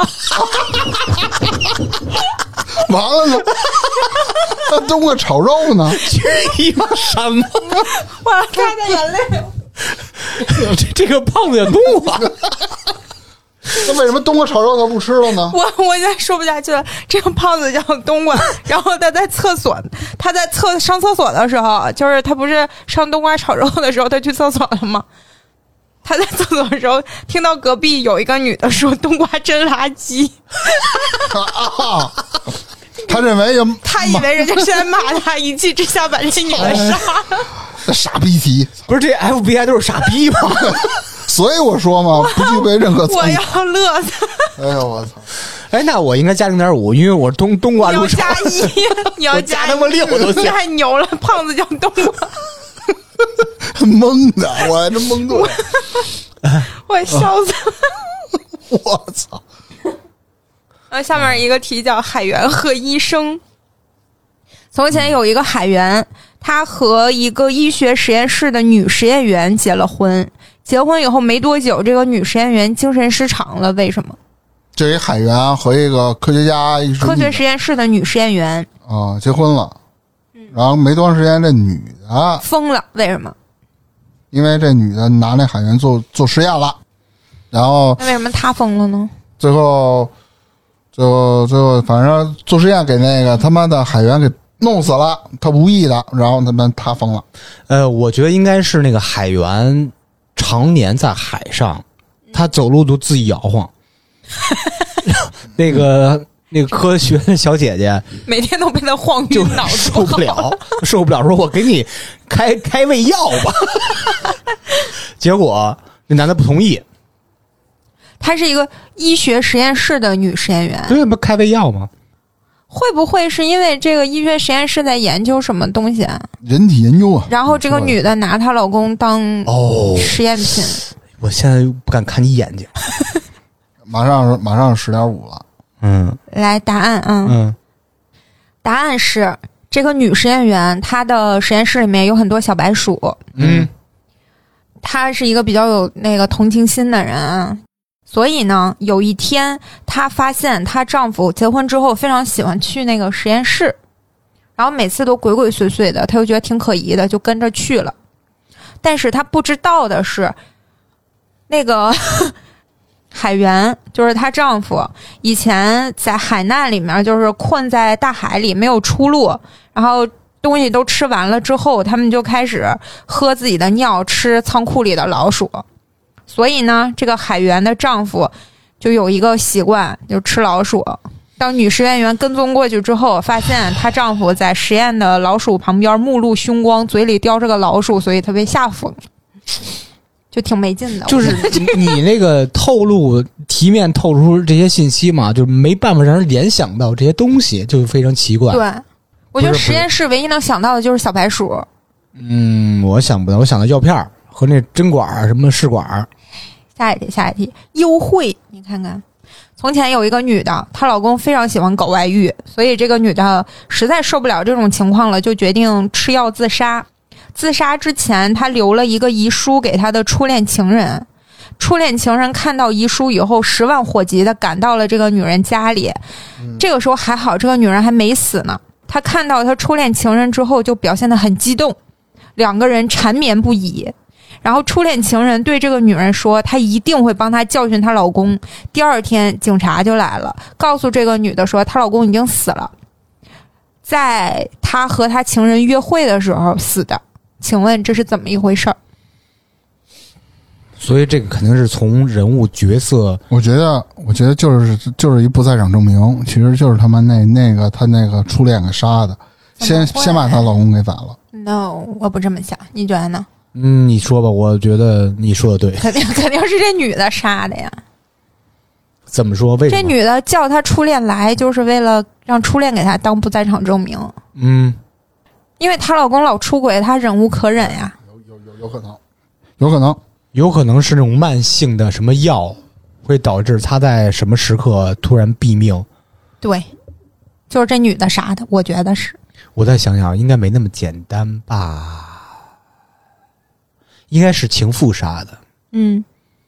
完了呢？那冬瓜炒肉呢？ 去你妈什么？ 我要擦擦眼泪。 这这个胖子叫冬瓜。 那为什么冬瓜炒肉他不吃了呢？ 我我现在说不下去了。这个胖子叫冬瓜，然后他在厕所，他在厕上厕所的时候，就是他不是上冬瓜炒肉的时候，他去厕所了吗？他在厕所的时候听到隔壁有一个女的说冬瓜真垃圾。 啊，他认为有， 他以为人家是在骂他，一气之下把这女的杀了。 傻逼题， 不是这 F B I 都是傻逼吗？ 所以我说嘛，不具备任何我要乐死。 哎呦我操！ 哎，那我应该加零点五，因为我冬冬瓜入场。你要加一，你要加他妈六都行。 太牛了，胖子叫冬瓜。 懵的，我还真懵住了。 我笑死了。 我操！ 呃，下面一个题叫海员和医生。从前有一个海员，他和一个医学实验室的女实验员结了婚。结婚以后没多久，这个女实验员精神失常了。为什么？ 这一海员和一个科学家，一科学实验室的女实验员啊、哦、结婚了，然后没多长时间，这女的疯了。为什么？ 因为这女的拿那海员做做实验了，然后那为什么她疯了呢？ 最后，最后，最后，反正做实验给那个他妈的海员给弄死了，他无意的，然后他们他疯了。 呃，我觉得应该是那个海员常年在海上，他走路都自己摇晃。那个那个科学的小姐姐每天都被他晃晕脑子， 受不了，受不了，说我给你开开胃药吧。结果那男的不同意。 她是一个医学实验室的女实验员， 对，不开胃药吗？ 会不会是因为这个医学实验室在研究什么东西啊？ 人体研究啊。 然后这个女的拿她老公当实验品。 哦、我现在不敢看你眼睛。 马上马上十点五了。 嗯， 来答案啊。 嗯， 答案是这个女实验员，她的实验室里面有很多小白鼠。 嗯， 她是一个比较有那个同情心的人啊。所以呢，有一天她发现她丈夫结婚之后非常喜欢去那个实验室，然后每次都鬼鬼祟祟的，她又觉得挺可疑的，就跟着去了。但是她不知道的是，那个海员就是她丈夫，以前在海难里面就是困在大海里没有出路，然后东西都吃完了之后，他们就开始喝自己的尿，吃仓库里的老鼠。所以呢，这个海员的丈夫就有一个习惯，就吃老鼠。当女实验员跟踪过去之后，发现她丈夫在实验的老鼠旁边目露凶光，嘴里叼着个老鼠，所以她被吓疯了，就挺没劲的。 就是你那个透露题面透露出这些信息嘛，就没办法让人联想到这些东西，就非常奇怪。 对，我觉得实验室唯一能想到的就是小白鼠。 嗯，我想不到，我想到药片和那针管什么试管。 下一题，下一题，优惠，你看看。从前有一个女的，她老公非常喜欢搞外遇，所以这个女的实在受不了这种情况了，就决定吃药自杀。自杀之前，她留了一个遗书给她的初恋情人。初恋情人看到遗书以后，十万火急的赶到了这个女人家里。嗯、这个时候还好，这个女人还没死呢。她看到她初恋情人之后，就表现得很激动，两个人缠绵不已。然后初恋情人对这个女人说，她一定会帮她教训她老公。第二天警察就来了，告诉这个女的说她老公已经死了，在她和她情人约会的时候死的。请问这是怎么一回事儿？ 所以这个肯定是从人物角色， 我觉得，我觉得就是就是一不在场证明，其实就是他妈那那个他那个初恋给杀的，先先把她老公给宰了。 No， 我不这么想，你觉得呢？ 嗯，你说吧，我觉得你说的对， 肯定肯定是这女的杀的呀。 怎么说？为什么？ 这女的叫她初恋来，就是为了让初恋给她当不在场证明。 嗯， 因为她老公老出轨，她忍无可忍呀。 有有有有可能，有可能， 有可能是那种慢性的什么药，会导致她在什么时刻突然毙命。 对，就是这女的杀的，我觉得是。 我再想想，应该没那么简单吧？应该是情妇杀的。 嗯。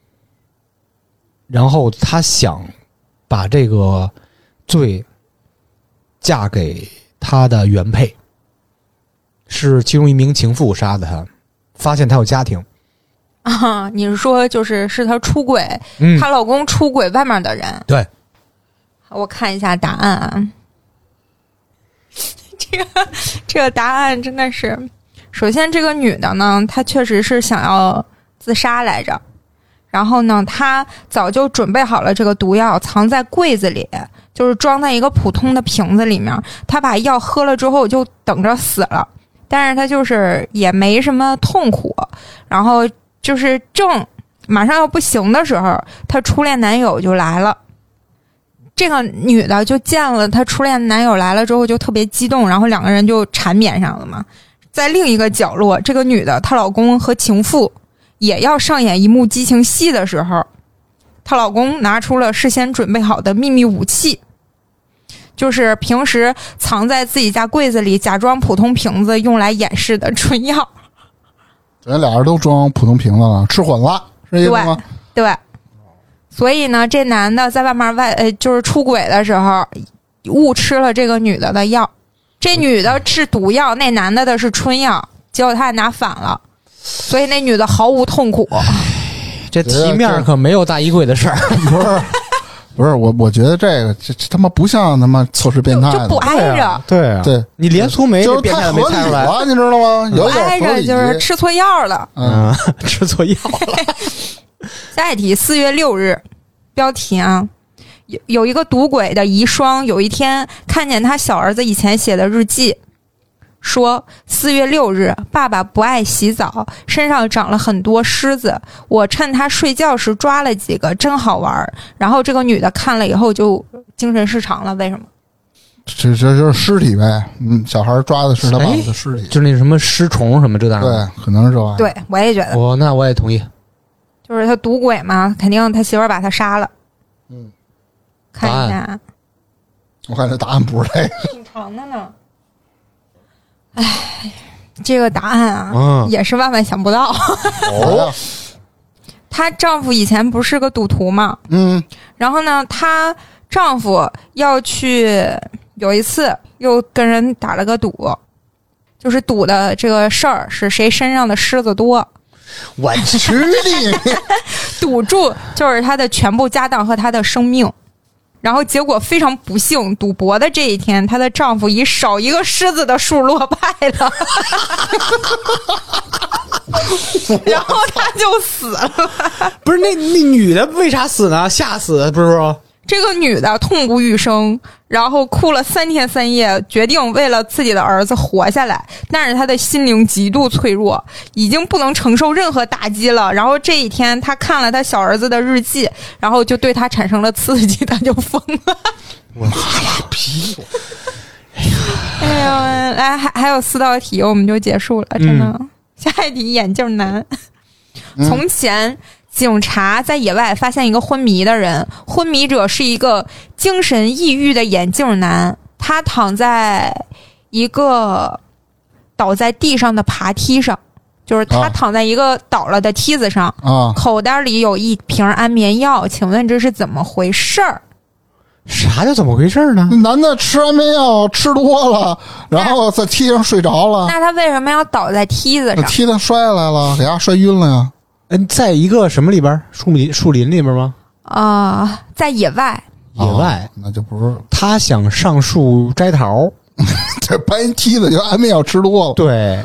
然后他想把这个罪嫁给他的原配，是其中一名情妇杀的他，发现他有家庭啊。你是说就是是他出轨， 嗯， 她老公出轨外面的人？ 对。 我看一下答案啊，这个这个答案真的是，首先这个女的呢，她确实是想要自杀来着。然后呢，他早就准备好了这个毒药，藏在柜子里，就是装在一个普通的瓶子里面。他把药喝了之后就等着死了，但是他就是也没什么痛苦。然后就是正马上要不行的时候，他初恋男友就来了。这个女的就见了她初恋男友来了之后就特别激动，然后两个人就缠绵上了嘛。在另一个角落，这个女的她老公和情妇也要上演一幕激情戏的时候，她老公拿出了事先准备好的秘密武器，就是平时藏在自己家柜子里假装普通瓶子用来掩饰的春药。 咱俩人都装普通瓶子了，吃混了，是这意思吗？ 对，对。所以呢，这男的在外面外呃就是出轨的时候误吃了这个女的的药，这女的是毒药，那男的的是春药，结果他还拿反了。所以那女的毫无痛苦。 这题面可没有大衣柜的事儿。 不是不是，我我觉得这个这他妈不像他妈测试变态的， 就不挨着。 对啊， 对， 你连粗梅就是变态都没猜出来， 你知道吗？有不挨着就是吃错药了。 嗯，吃错药了。 下一题，四月六日，标题啊，有有一个赌鬼的遗孀，有一天看见他小儿子以前写的日记。说四月六日，爸爸不爱洗澡，身上长了很多虱子，我趁他睡觉时抓了几个，真好玩。然后这个女的看了以后就精神失常了，为什么？ 这这就是尸体呗，嗯，小孩抓的是他爸爸的尸体， 就那什么尸虫什么这那。 对，可能是这玩意儿。 对，我也觉得。 我那我也同意， 就是他赌鬼嘛，肯定他媳妇儿把他杀了。 嗯， 看一下， 我看这答案不是这个， 挺长的呢。唉，这个答案啊， 嗯、 也是万万想不到。 哦， 她丈夫以前不是个赌徒嘛， 嗯， 然后呢，她丈夫要去，有一次又跟人打了个赌，就是赌的这个事儿是谁身上的虱子多。 我去你！ 赌注就是她的全部家当和她的生命。然后结果非常不幸，赌博的这一天，她的丈夫以少一个狮子的数落败了，然后她就死了。 不是那那女的为啥死呢？吓死不是说？ 这个女的痛不欲生，然后哭了三天三夜，决定为了自己的儿子活下来。但是她的心灵极度脆弱，已经不能承受任何打击了。然后这一天，她看了她小儿子的日记，然后就对他产生了刺激，她就疯了。 我拉拉屁股！ 哎呀，来，还还有四道题，我们就结束了，真的。嗯、下一题，眼镜男。 嗯、 从前。警察在野外发现一个昏迷的人，昏迷者是一个精神抑郁的眼镜男，他躺在一个倒在地上的爬梯上，就是他躺在一个倒了的梯子上， 啊， 口袋里有一瓶安眠药，请问这是怎么回事儿？ 啥叫怎么回事呢？ 男的吃安眠药吃多了，然后在梯上睡着了。 那他为什么要倒在梯子上？ 梯子摔下来了，给他摔晕了呀。 嗯，在一个什么里边？树林树林里边吗？ 啊、呃，在野外。 野外、 哦、那就不是。 他想上树摘桃， 这搬梯子就安眠药吃多了。 对，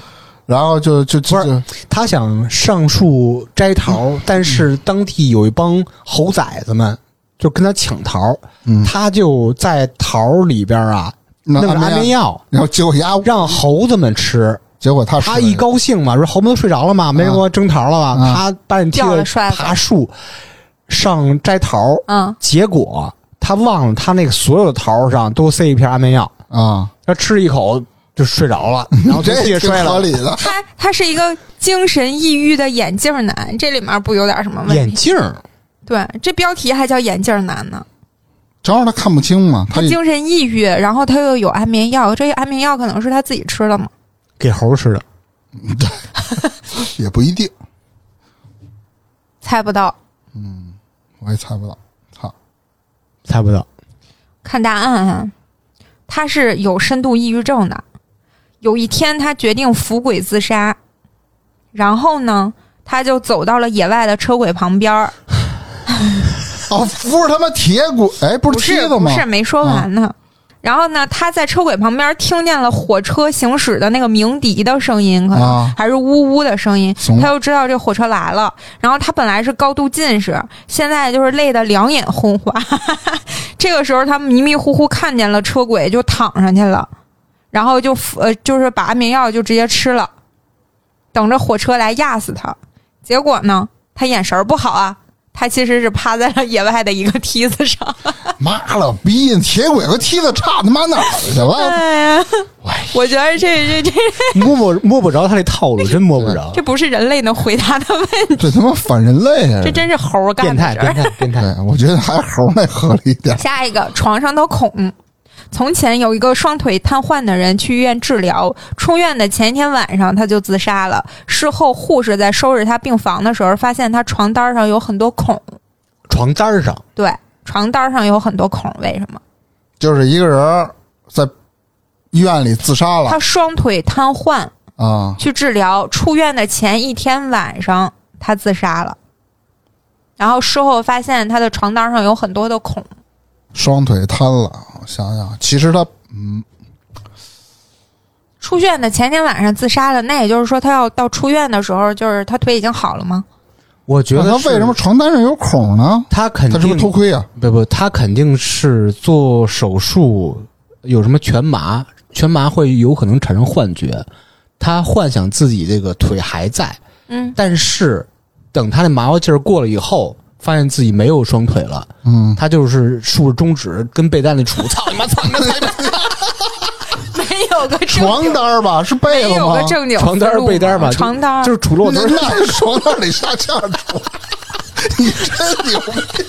然后就就就不是他想上树摘桃，嗯、但是当地有一帮猴崽子们就跟他抢桃， 嗯、 他就在桃里边啊弄个安眠药， 然后结果鸭让猴子们吃。 结果他他一高兴嘛，说猴子都睡着了嘛，没人给我争桃了嘛， 啊、 他把你踢了爬树上摘桃， 嗯， 结果他忘了他那个所有的桃上都塞一片安眠药啊， 他吃一口就睡着了，然后就跌摔了。 他他是一个精神抑郁的眼镜男，这里面不有点什么问题？ 眼镜， 对，这标题还叫眼镜男呢。 正好他看不清嘛， 他精神抑郁，然后他又有安眠药，这安眠药可能是他自己吃的吗？ 给猴吃的， 对，也不一定， 猜不到。 嗯，我也猜不到，操， 猜不到。 看答案啊，他是有深度抑郁症的。有一天，他决定扶轨自杀，然后呢，他就走到了野外的车轨旁边。 哦，扶着他妈铁轨，哎，不是梯子吗？ 不是，不是，没说完呢。啊，然后呢，他在车轨旁边听见了火车行驶的那个鸣笛的声音，可能、啊、还是呜呜的声音，他就知道这火车来了。然后他本来是高度近视，现在就是累得两眼昏花。这个时候他迷迷糊糊看见了车轨，就躺上去了，然后就呃就是把安眠药就直接吃了，等着火车来压死他。结果呢，他眼神不好啊。他其实是趴在了野外的一个梯子上。 妈了逼，铁轨和梯子差他妈哪儿去了？ 哎呀，我觉得这这这摸不摸不着他这套路，真摸不着。 这不是人类能回答的问题。 这他妈反人类啊！ 这真是猴干的。 变态，变态，变态。 我觉得还猴那合理一点。 下一个，床上的孔。从前有一个双腿瘫痪的人去医院治疗，出院的前一天晚上他就自杀了。事后护士在收拾他病房的时候，发现他床单上有很多孔。 床单上？ 对，床单上有很多孔，为什么？ 就是一个人在医院里自杀了。 他双腿瘫痪啊， 去治疗，出院的前一天晚上他自杀了。然后事后发现他的床单上有很多的孔。 双腿瘫了，我想想，其实他嗯， 出院的前天晚上自杀了，那也就是说他要到出院的时候，就是他腿已经好了吗？ 我觉得他为什么床单上有孔呢？ 他肯定他是不是偷窥啊？ 不不，他肯定是做手术，有什么全麻，全麻会有可能产生幻觉，他幻想自己这个腿还在， 嗯， 但是等他那麻药劲儿过了以后。发现自己没有双腿了， 嗯， 他就是竖着中指跟被单那杵，操你妈，操你妈，操你妈！ 没有个床单吧？是被子吗？ 没有个正经床单被单吧？ 床单就是杵落那那床单里下架杵，你真牛逼！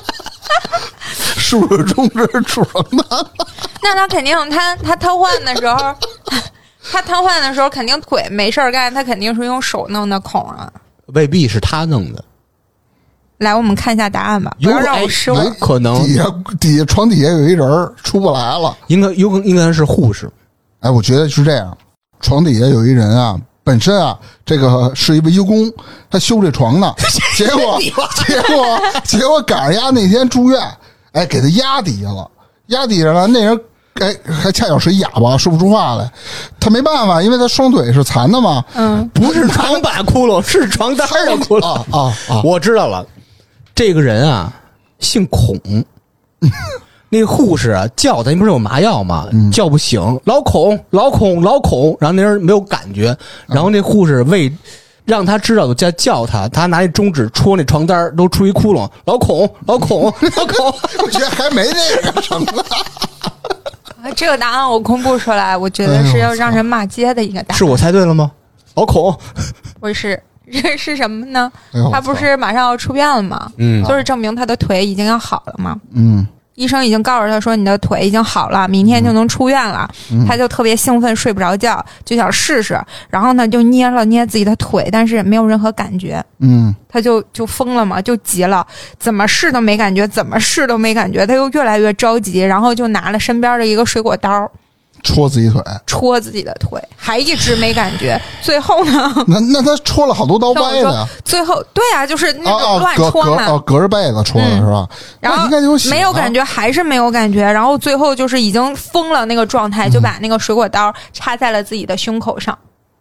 竖着中指杵床单， 那他肯定他他瘫痪的时候，他瘫痪的时候肯定腿没事干，他肯定是用手弄的孔啊， 未必是他弄的。 来，我们看一下答案吧，不要让我失望。 有可能底下底下床底下有一人出不来了， 应该有应该是护士。 哎，我觉得是这样，床底下有一人啊，本身啊，这个是一维修工，他修这床呢，结果结果结果赶上丫那天住院，哎，给他压底下了，压底下了，那人哎还恰巧是哑巴，说不出话来，他没办法，因为他双腿是残的嘛， 嗯， 不是床板窟窿，是床单的窟窿啊啊啊！ 我知道了。这个人啊，姓孔。那个护士啊，叫他，你不是有麻药吗？嗯、叫不醒，老孔，老孔，老孔。然后那人没有感觉，然后那护士为让他知道就叫叫他，他拿那中指戳那床单，都出一窟窿。老孔，老孔，老孔。 我觉得还没那个什么。 这个答案我公布出来，我觉得是要让人骂街的一个答案。 是我猜对了吗？老孔， 不是。这是什么呢？ 哎、 他不是马上要出院了吗？ 嗯， 就是证明他的腿已经要好了嘛。 嗯， 医生已经告诉他说你的腿已经好了，明天就能出院了。 嗯、 他就特别兴奋，睡不着觉，就想试试。然后呢，就捏了捏自己的腿，但是没有任何感觉。 嗯， 他就就疯了嘛，就急了，怎么试都没感觉，怎么试都没感觉。他又越来越着急，然后就拿了身边的一个水果刀。 戳自己腿， 戳自己的腿，还一直没感觉。最后呢？ 那那他戳了好多刀歪的呀。 最后，对啊，就是那种乱戳嘛。 哦，隔隔着被子戳的是吧？ 嗯、然后没有感觉，还是没有感觉。然后最后就是已经疯了那个状态，就把那个水果刀插在了自己的胸口上。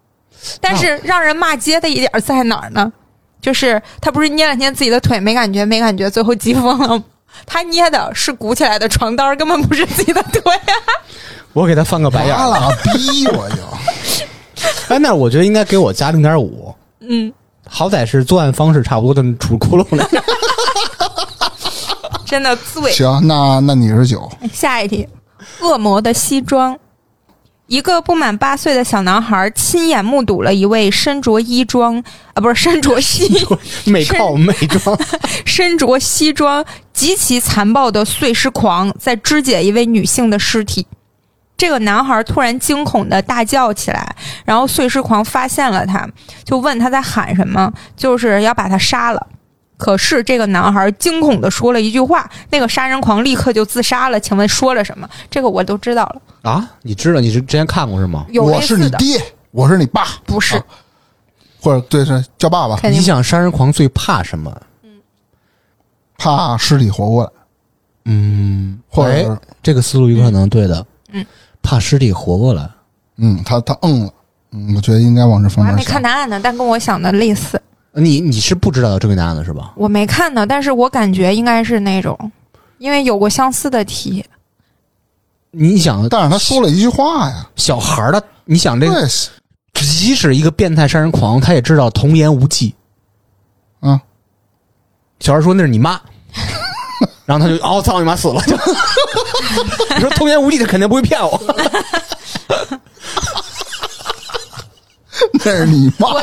但是让人骂街的一点在哪儿呢？就是他不是捏了捏自己的腿没感觉没感觉，最后急疯了。他捏的是鼓起来的床单，根本不是自己的腿啊！ 我给他翻个白眼。 拉了逼我就。 哎，那我觉得应该给我加零点五。 嗯， 好歹是作案方式差不多的杵窟窿来。 真的醉。 行，那那你是九。 下一题，恶魔的西装。一个不满八岁的小男孩亲眼目睹了一位身着衣装啊，不是身着西美靠美装， 身着西装极其残暴的碎尸狂在肢解一位女性的尸体。这个男孩突然惊恐的大叫起来，然后碎尸狂发现了他，就问他在喊什么，就是要把他杀了。可是这个男孩惊恐的说了一句话，那个杀人狂立刻就自杀了。请问说了什么？这个我都知道了啊！你知道？你是之前看过是吗？ 有类似的。 我是你爹，我是你爸， 不是， 啊、或者对是叫爸爸。 你想杀人狂最怕什么？ 嗯， 怕尸体活过来。 嗯， 或者、哎、 这个思路有可能对的。 嗯， 怕尸体活过来。 嗯，他他嗯了。嗯，我觉得应该往这方面想。 我还没看答案呢，但跟我想的类似。 你你是不知道这个答案的是吧？ 我没看呢，但是我感觉应该是那种，因为有过相似的题。 你想， 但是他说了一句话呀， 小孩的，你想这个，即使一个变态杀人狂，他也知道童言无忌。 嗯， 小孩说那是你妈，然后他就哦操你妈死了，就你说童言无忌，他肯定不会骗我。 那是你妈。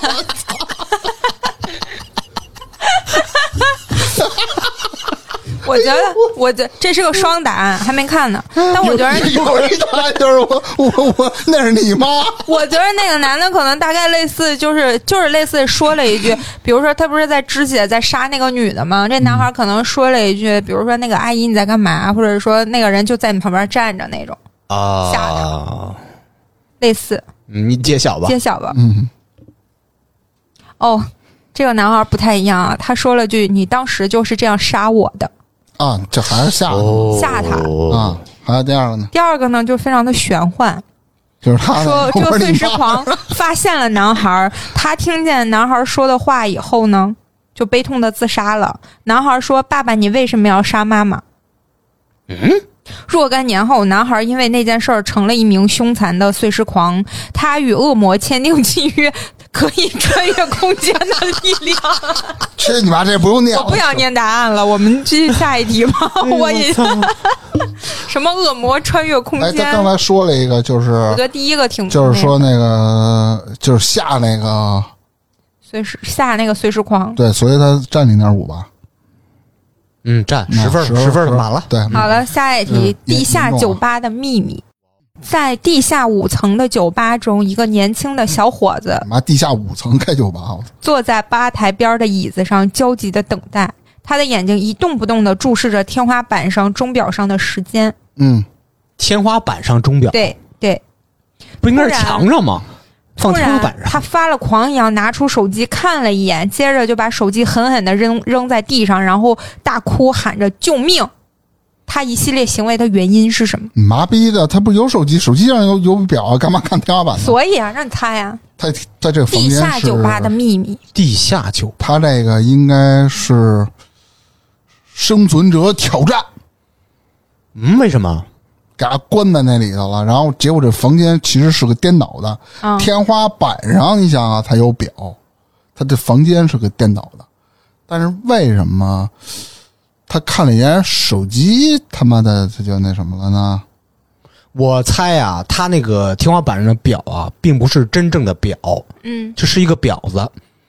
我觉得，我觉这是个双答案，还没看呢。但我觉得有一答案就是我我我那是你妈。 我觉得那个男的可能大概类似，就是就是类似说了一句，比如说他不是在肢解在杀那个女的吗？这男孩可能说了一句，比如说那个阿姨你在干嘛，或者说那个人就在你旁边站着那种啊，吓他，类似。 嗯，你揭晓吧， 揭晓吧。 嗯。 哦，这个男孩不太一样啊，他说了句：“你当时就是这样杀我的。” 啊，这还是吓他、 哦、 吓他啊！还有第二个呢？ 第二个呢，就非常的玄幻， 就是他说这个碎尸狂发现了男孩，他听见男孩说的话以后呢，就悲痛的自杀了。男孩说：“爸爸，你为什么要杀妈妈？” 嗯。 若干年后，男孩因为那件事儿成了一名凶残的碎尸狂。他与恶魔签订契约，可以穿越空间的力量。 去你妈！这不用念， 我不想念答案了，我们继续下一题吧。我也什么恶魔穿越空间？ 哎，他刚才说了一个，就是我觉得第一个挺， 就是说那个，就是下那个碎尸下那个碎尸狂。 对，所以他占零点五吧。 嗯，占十分，十分满了。 对， 好了，下一题、嗯，地下酒吧的秘密。在地下五层的酒吧中，一个年轻的小伙子， 妈，地下五层开酒吧， 坐在吧台边的椅子上，焦急的等待。他的眼睛一动不动的注视着天花板上钟表上的时间。 嗯， 天花板上钟表， 对对， 不应该是墙上吗？放天花板上。 他发了狂一样拿出手机看了一眼，接着就把手机狠狠的扔扔在地上，然后大哭喊着救命。他一系列行为的原因是什么？ 麻痹的，他不有手机，手机上有有表，干嘛看天花板呢？ 所以啊，让你猜呀、啊。 他在这个房间是地下酒吧的秘密。 地下酒吧， 他这个应该是生存者挑战。 嗯，为什么？ 给他关在那里头了，然后结果这房间其实是个颠倒的， 嗯、 天花板上你想啊，它有表，他这房间是个颠倒的，但是为什么他看了一眼手机，他妈的他就那什么了呢？ 我猜啊，他那个天花板上的表啊，并不是真正的表， 嗯， 这是一个婊子。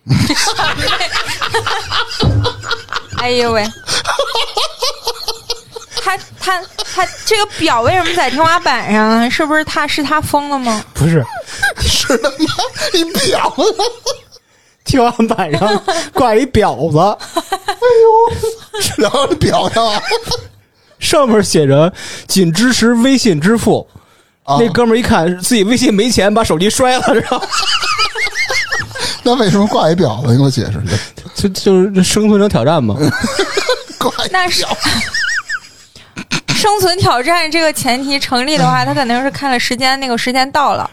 哎呦喂！他他他这个表为什么在天花板上呢？是不是他是他疯了吗？ 不是， 是他妈一婊子， 天花板上挂一婊子。 哎呦，然后表上上面写着仅支持微信支付。啊、那哥们儿一看自己微信没钱，把手机摔了，然后那为什么挂一表子？你给我解释。 就就是生存者挑战嘛。 那是生存挑战这个前提成立的话，他肯定是看了时间，那个时间到了，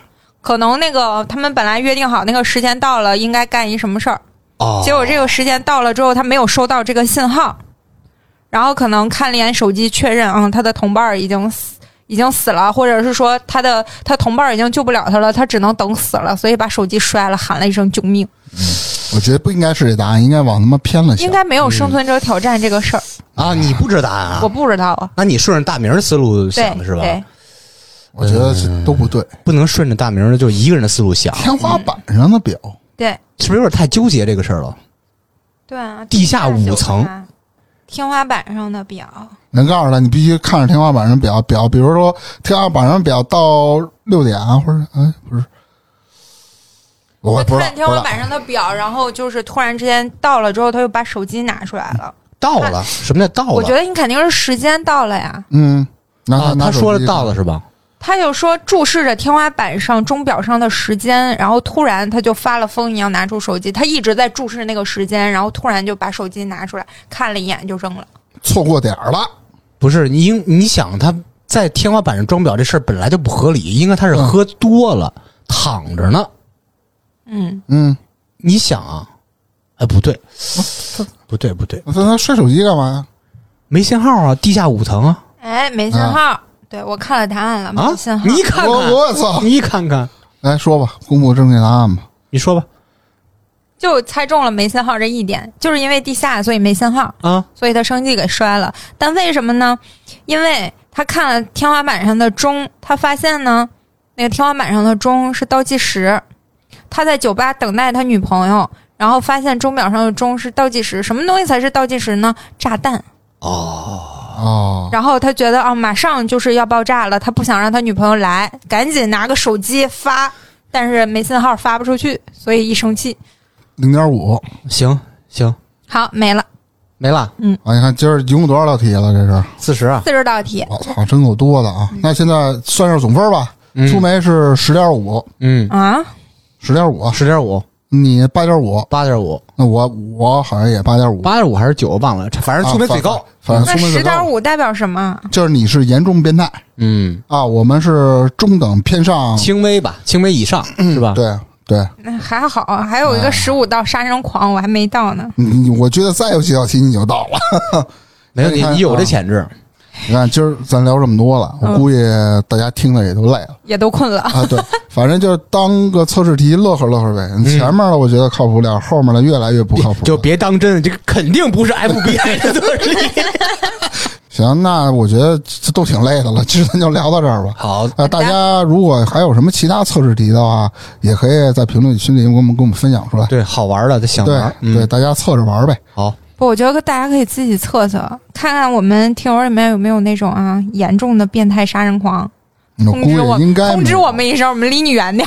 可能那个他们本来约定好那个时间到了，应该干一什么事儿， 哦， 结果这个时间到了之后，他没有收到这个信号，然后可能看了一眼手机确认，嗯，他的同伴已经死，已经死了，或者是说他的他同伴已经救不了他了，他只能等死了，所以把手机摔了，喊了一声救命。 嗯，我觉得不应该是这答案，应该往他妈偏了想。 应该没有生存者挑战这个事儿、 嗯、啊！你不知道答案啊？ 我不知道啊。 那你顺着大明的思路想的是吧？ 对， 我觉得都不对， 不能顺着大明的就一个人的思路想。 天花板上的表， 嗯、对， 是不是有点太纠结这个事儿了？ 对啊， 地下五层， 天花板上的表。 能告诉他，你必须看着天花板上表表，比如说天花板上表到六点啊，或者哎不是，我不知道。 看天花板上的表，然后就是突然之间到了之后，他又把手机拿出来了。 到了？什么叫到了？ 我觉得你肯定是时间到了呀。 嗯，那他、 啊、他说了到了是吧？ 他就说注视着天花板上钟表上的时间，然后突然他就发了疯一样拿出手机，他一直在注视那个时间，然后突然就把手机拿出来看了一眼就扔了。 错过点了。 不是你，你想他在天花板上装表这事儿本来就不合理，应该他是喝多了、嗯、躺着呢。 嗯嗯， 你想啊，哎不对，不对不对， 那他摔手机干嘛呀？ 没信号啊，地下五层啊。 哎，没信号。啊、对，我看了答案了，没信号。 啊、你看看， 我操！ 你看看， 来说吧，公布正确答案吧。 你说吧。 就猜中了没信号这一点，就是因为地下所以没信号啊， 所以他生气给摔了。但为什么呢？因为他看了天花板上的钟，他发现呢，那个天花板上的钟是倒计时。他在酒吧等待他女朋友，然后发现钟表上的钟是倒计时。什么东西才是倒计时呢？炸弹。 哦哦。 然后他觉得啊，马上就是要爆炸了，他不想让他女朋友来，赶紧拿个手机发，但是没信号发不出去，所以一生气。 零点五， 行行， 好，没了， 没了。 嗯， 啊，你看今儿一共多少道题了？这是四十啊， 四十道题。 我操，真够多的啊！嗯、那现在算上总分吧， 嗯、 苏梅是十点五， 嗯啊， 十点五， 十点五， 你八点五， 八点五， 那我我好像也八点五， 八点五还是九忘了，反正苏梅最高， 啊、反正苏梅最高。 那十点五代表什么？ 就是你是严重变态， 嗯啊，我们是中等偏上， 轻微吧，轻微以上、嗯、是吧？ 对。对， 那还好，还有一个十五道杀人狂，我还没到呢。 你我觉得再有几道题你就到了， 没问题，你有这潜质。 你看今儿咱聊这么多了，我估计大家听的也都累了， 也都困了啊。对，反正就当个测试题乐呵乐呵呗。前面的我觉得靠谱点，后面的越来越不靠谱， 就别当真，这个肯定不是 F B I 的测试题。 行，那我觉得这都挺累的了，今儿咱就聊到这儿吧。 好， 呃，大家如果还有什么其他测试题的话，也可以在评论区里跟我们跟我们分享出来。 对，好玩的，想玩， 对，对、嗯，大家测着玩呗。 好， 不，我觉得大家可以自己测测，看看我们听友里面有没有那种啊严重的变态杀人狂，通知我， 应该通知我们一声，我们离你远点。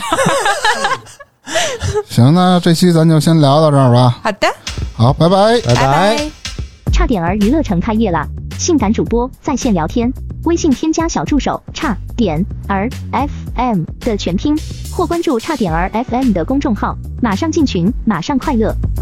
行，那这期咱就先聊到这儿吧。 好的， 好，拜拜， 拜拜。 差点儿娱乐城开业啦！性感主播在线聊天，微信添加小助手差点儿 F M 的全拼，或关注差点儿 F M 的公众号，马上进群，马上快乐。